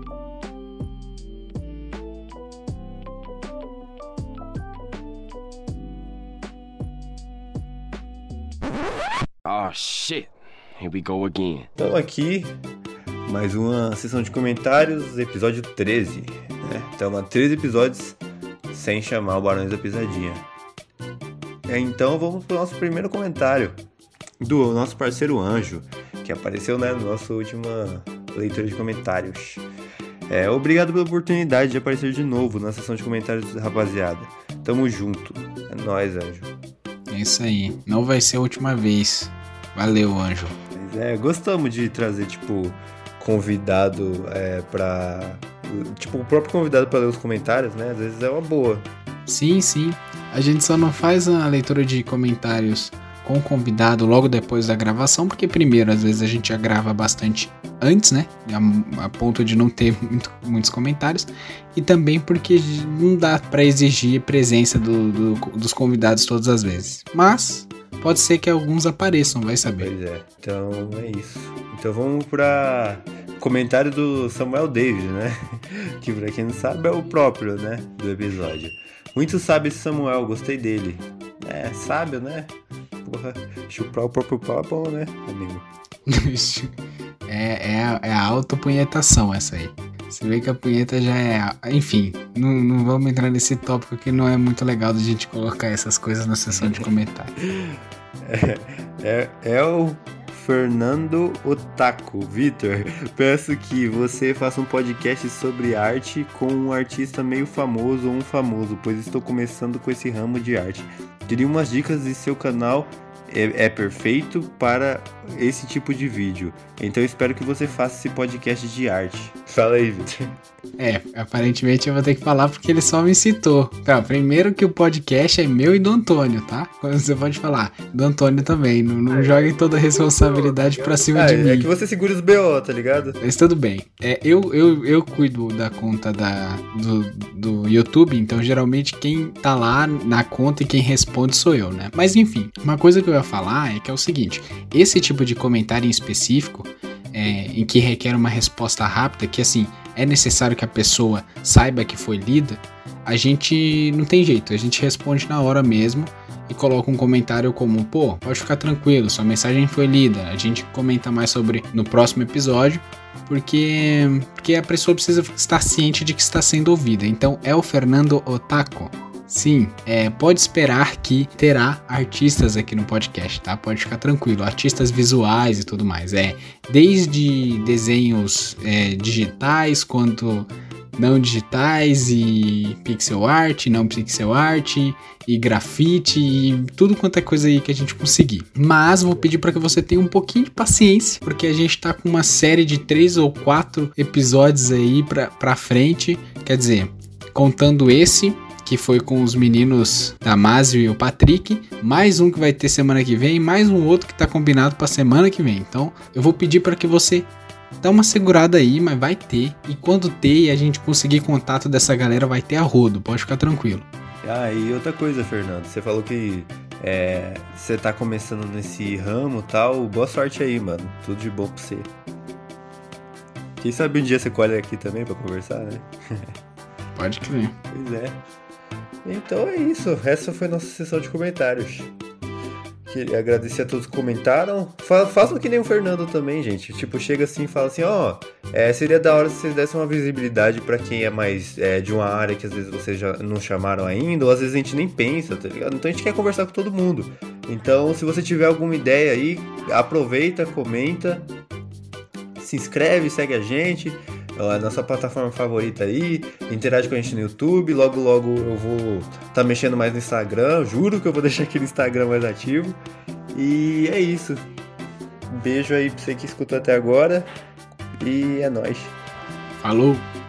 Oh shit, here we go again. Então aqui, mais uma sessão de comentários, episódio 13, né? Então há 13 episódios sem chamar o Barões da Pisadinha. Então vamos pro nosso primeiro comentário, do nosso parceiro Anjo, que apareceu, né, no nosso última leitura de comentários. Obrigado pela oportunidade de aparecer de novo na sessão de comentários, rapaziada. Tamo junto. É nóis, Anjo. É isso aí. Não vai ser a última vez. Valeu, Anjo. Gostamos de trazer, tipo, convidado pra... Tipo, o próprio convidado pra ler os comentários, né? Às vezes é uma boa. Sim, sim. A gente só não faz a leitura de comentários com o convidado logo depois da gravação, porque primeiro, às vezes a gente já grava bastante antes, né? A ponto de não ter muitos comentários. E também porque não dá pra exigir presença dos convidados todas as vezes. Mas pode ser que alguns apareçam, vai saber. Pois é. Então é isso. Então vamos pra comentário do Samuel David, né? Que pra quem não sabe é o próprio, né? Do episódio. Muito sábio esse Samuel, gostei dele. Sábio, né? Porra, chupar o próprio pau é bom, né, amigo? É a autopunhetação essa aí. Você vê que a punheta já é... Enfim, não vamos entrar nesse tópico que não é muito legal da gente colocar essas coisas na sessão de comentário. É o Fernando Otaku. Vitor, peço que você faça um podcast sobre arte com um artista meio famoso ou um famoso, pois estou começando com esse ramo de arte. Queria umas dicas e seu canal é perfeito para esse tipo de vídeo. Então espero que você faça esse podcast de arte. Fala aí, Vitor. Aparentemente eu vou ter que falar porque ele só me citou. Tá, primeiro que o podcast é meu e do Antônio, tá? Você pode falar. Do Antônio também. Não jogue toda a responsabilidade pra cima de mim. É que você segura os BO, tá ligado? Mas tudo bem. Eu cuido da conta do YouTube, então geralmente quem tá lá na conta e quem responde sou eu, né? Mas enfim, uma coisa que eu ia falar é que é o seguinte. Esse tipo de comentário em específico, em que requer uma resposta rápida, que assim... é necessário que a pessoa saiba que foi lida, a gente não tem jeito, a gente responde na hora mesmo e coloca um comentário como, pô, pode ficar tranquilo, sua mensagem foi lida, a gente comenta mais sobre no próximo episódio, porque a pessoa precisa estar ciente de que está sendo ouvida. Então é o Fernando Otaku. Sim, pode esperar que terá artistas aqui no podcast, tá? Pode ficar tranquilo, artistas visuais e tudo mais. Desde desenhos digitais, quanto não digitais, e pixel art, não pixel art, e grafite, e tudo quanto é coisa aí que a gente conseguir. Mas vou pedir para que você tenha um pouquinho de paciência, porque a gente tá com uma série de 3 ou 4 episódios aí pra frente, quer dizer, contando esse... que foi com os meninos Damásio e o Patrick, mais um que vai ter semana que vem, mais um outro que tá combinado pra semana que vem. Então, eu vou pedir para que você dá uma segurada aí, mas vai ter. E quando ter e a gente conseguir contato dessa galera, vai ter a rodo, pode ficar tranquilo. E outra coisa, Fernando, você falou que você tá começando nesse ramo e tal, boa sorte aí, mano, tudo de bom pra você. Quem sabe um dia você colhe aqui também pra conversar, né? Pode crer. Pois é. Então é isso, essa foi a nossa sessão de comentários. Queria agradecer a todos que comentaram. Façam que nem o Fernando também, gente. Tipo, chega assim e fala assim, seria da hora se vocês dessem uma visibilidade pra quem é mais de uma área que às vezes vocês já não chamaram ainda, ou às vezes a gente nem pensa, tá ligado? Então a gente quer conversar com todo mundo. Então, se você tiver alguma ideia aí, aproveita, comenta, se inscreve, segue a gente. A nossa plataforma favorita aí, interage com a gente no YouTube, logo eu vou tá mexendo mais no Instagram, juro que eu vou deixar aqui no Instagram mais ativo, e é isso, beijo aí pra você que escutou até agora, e é nóis. Falou!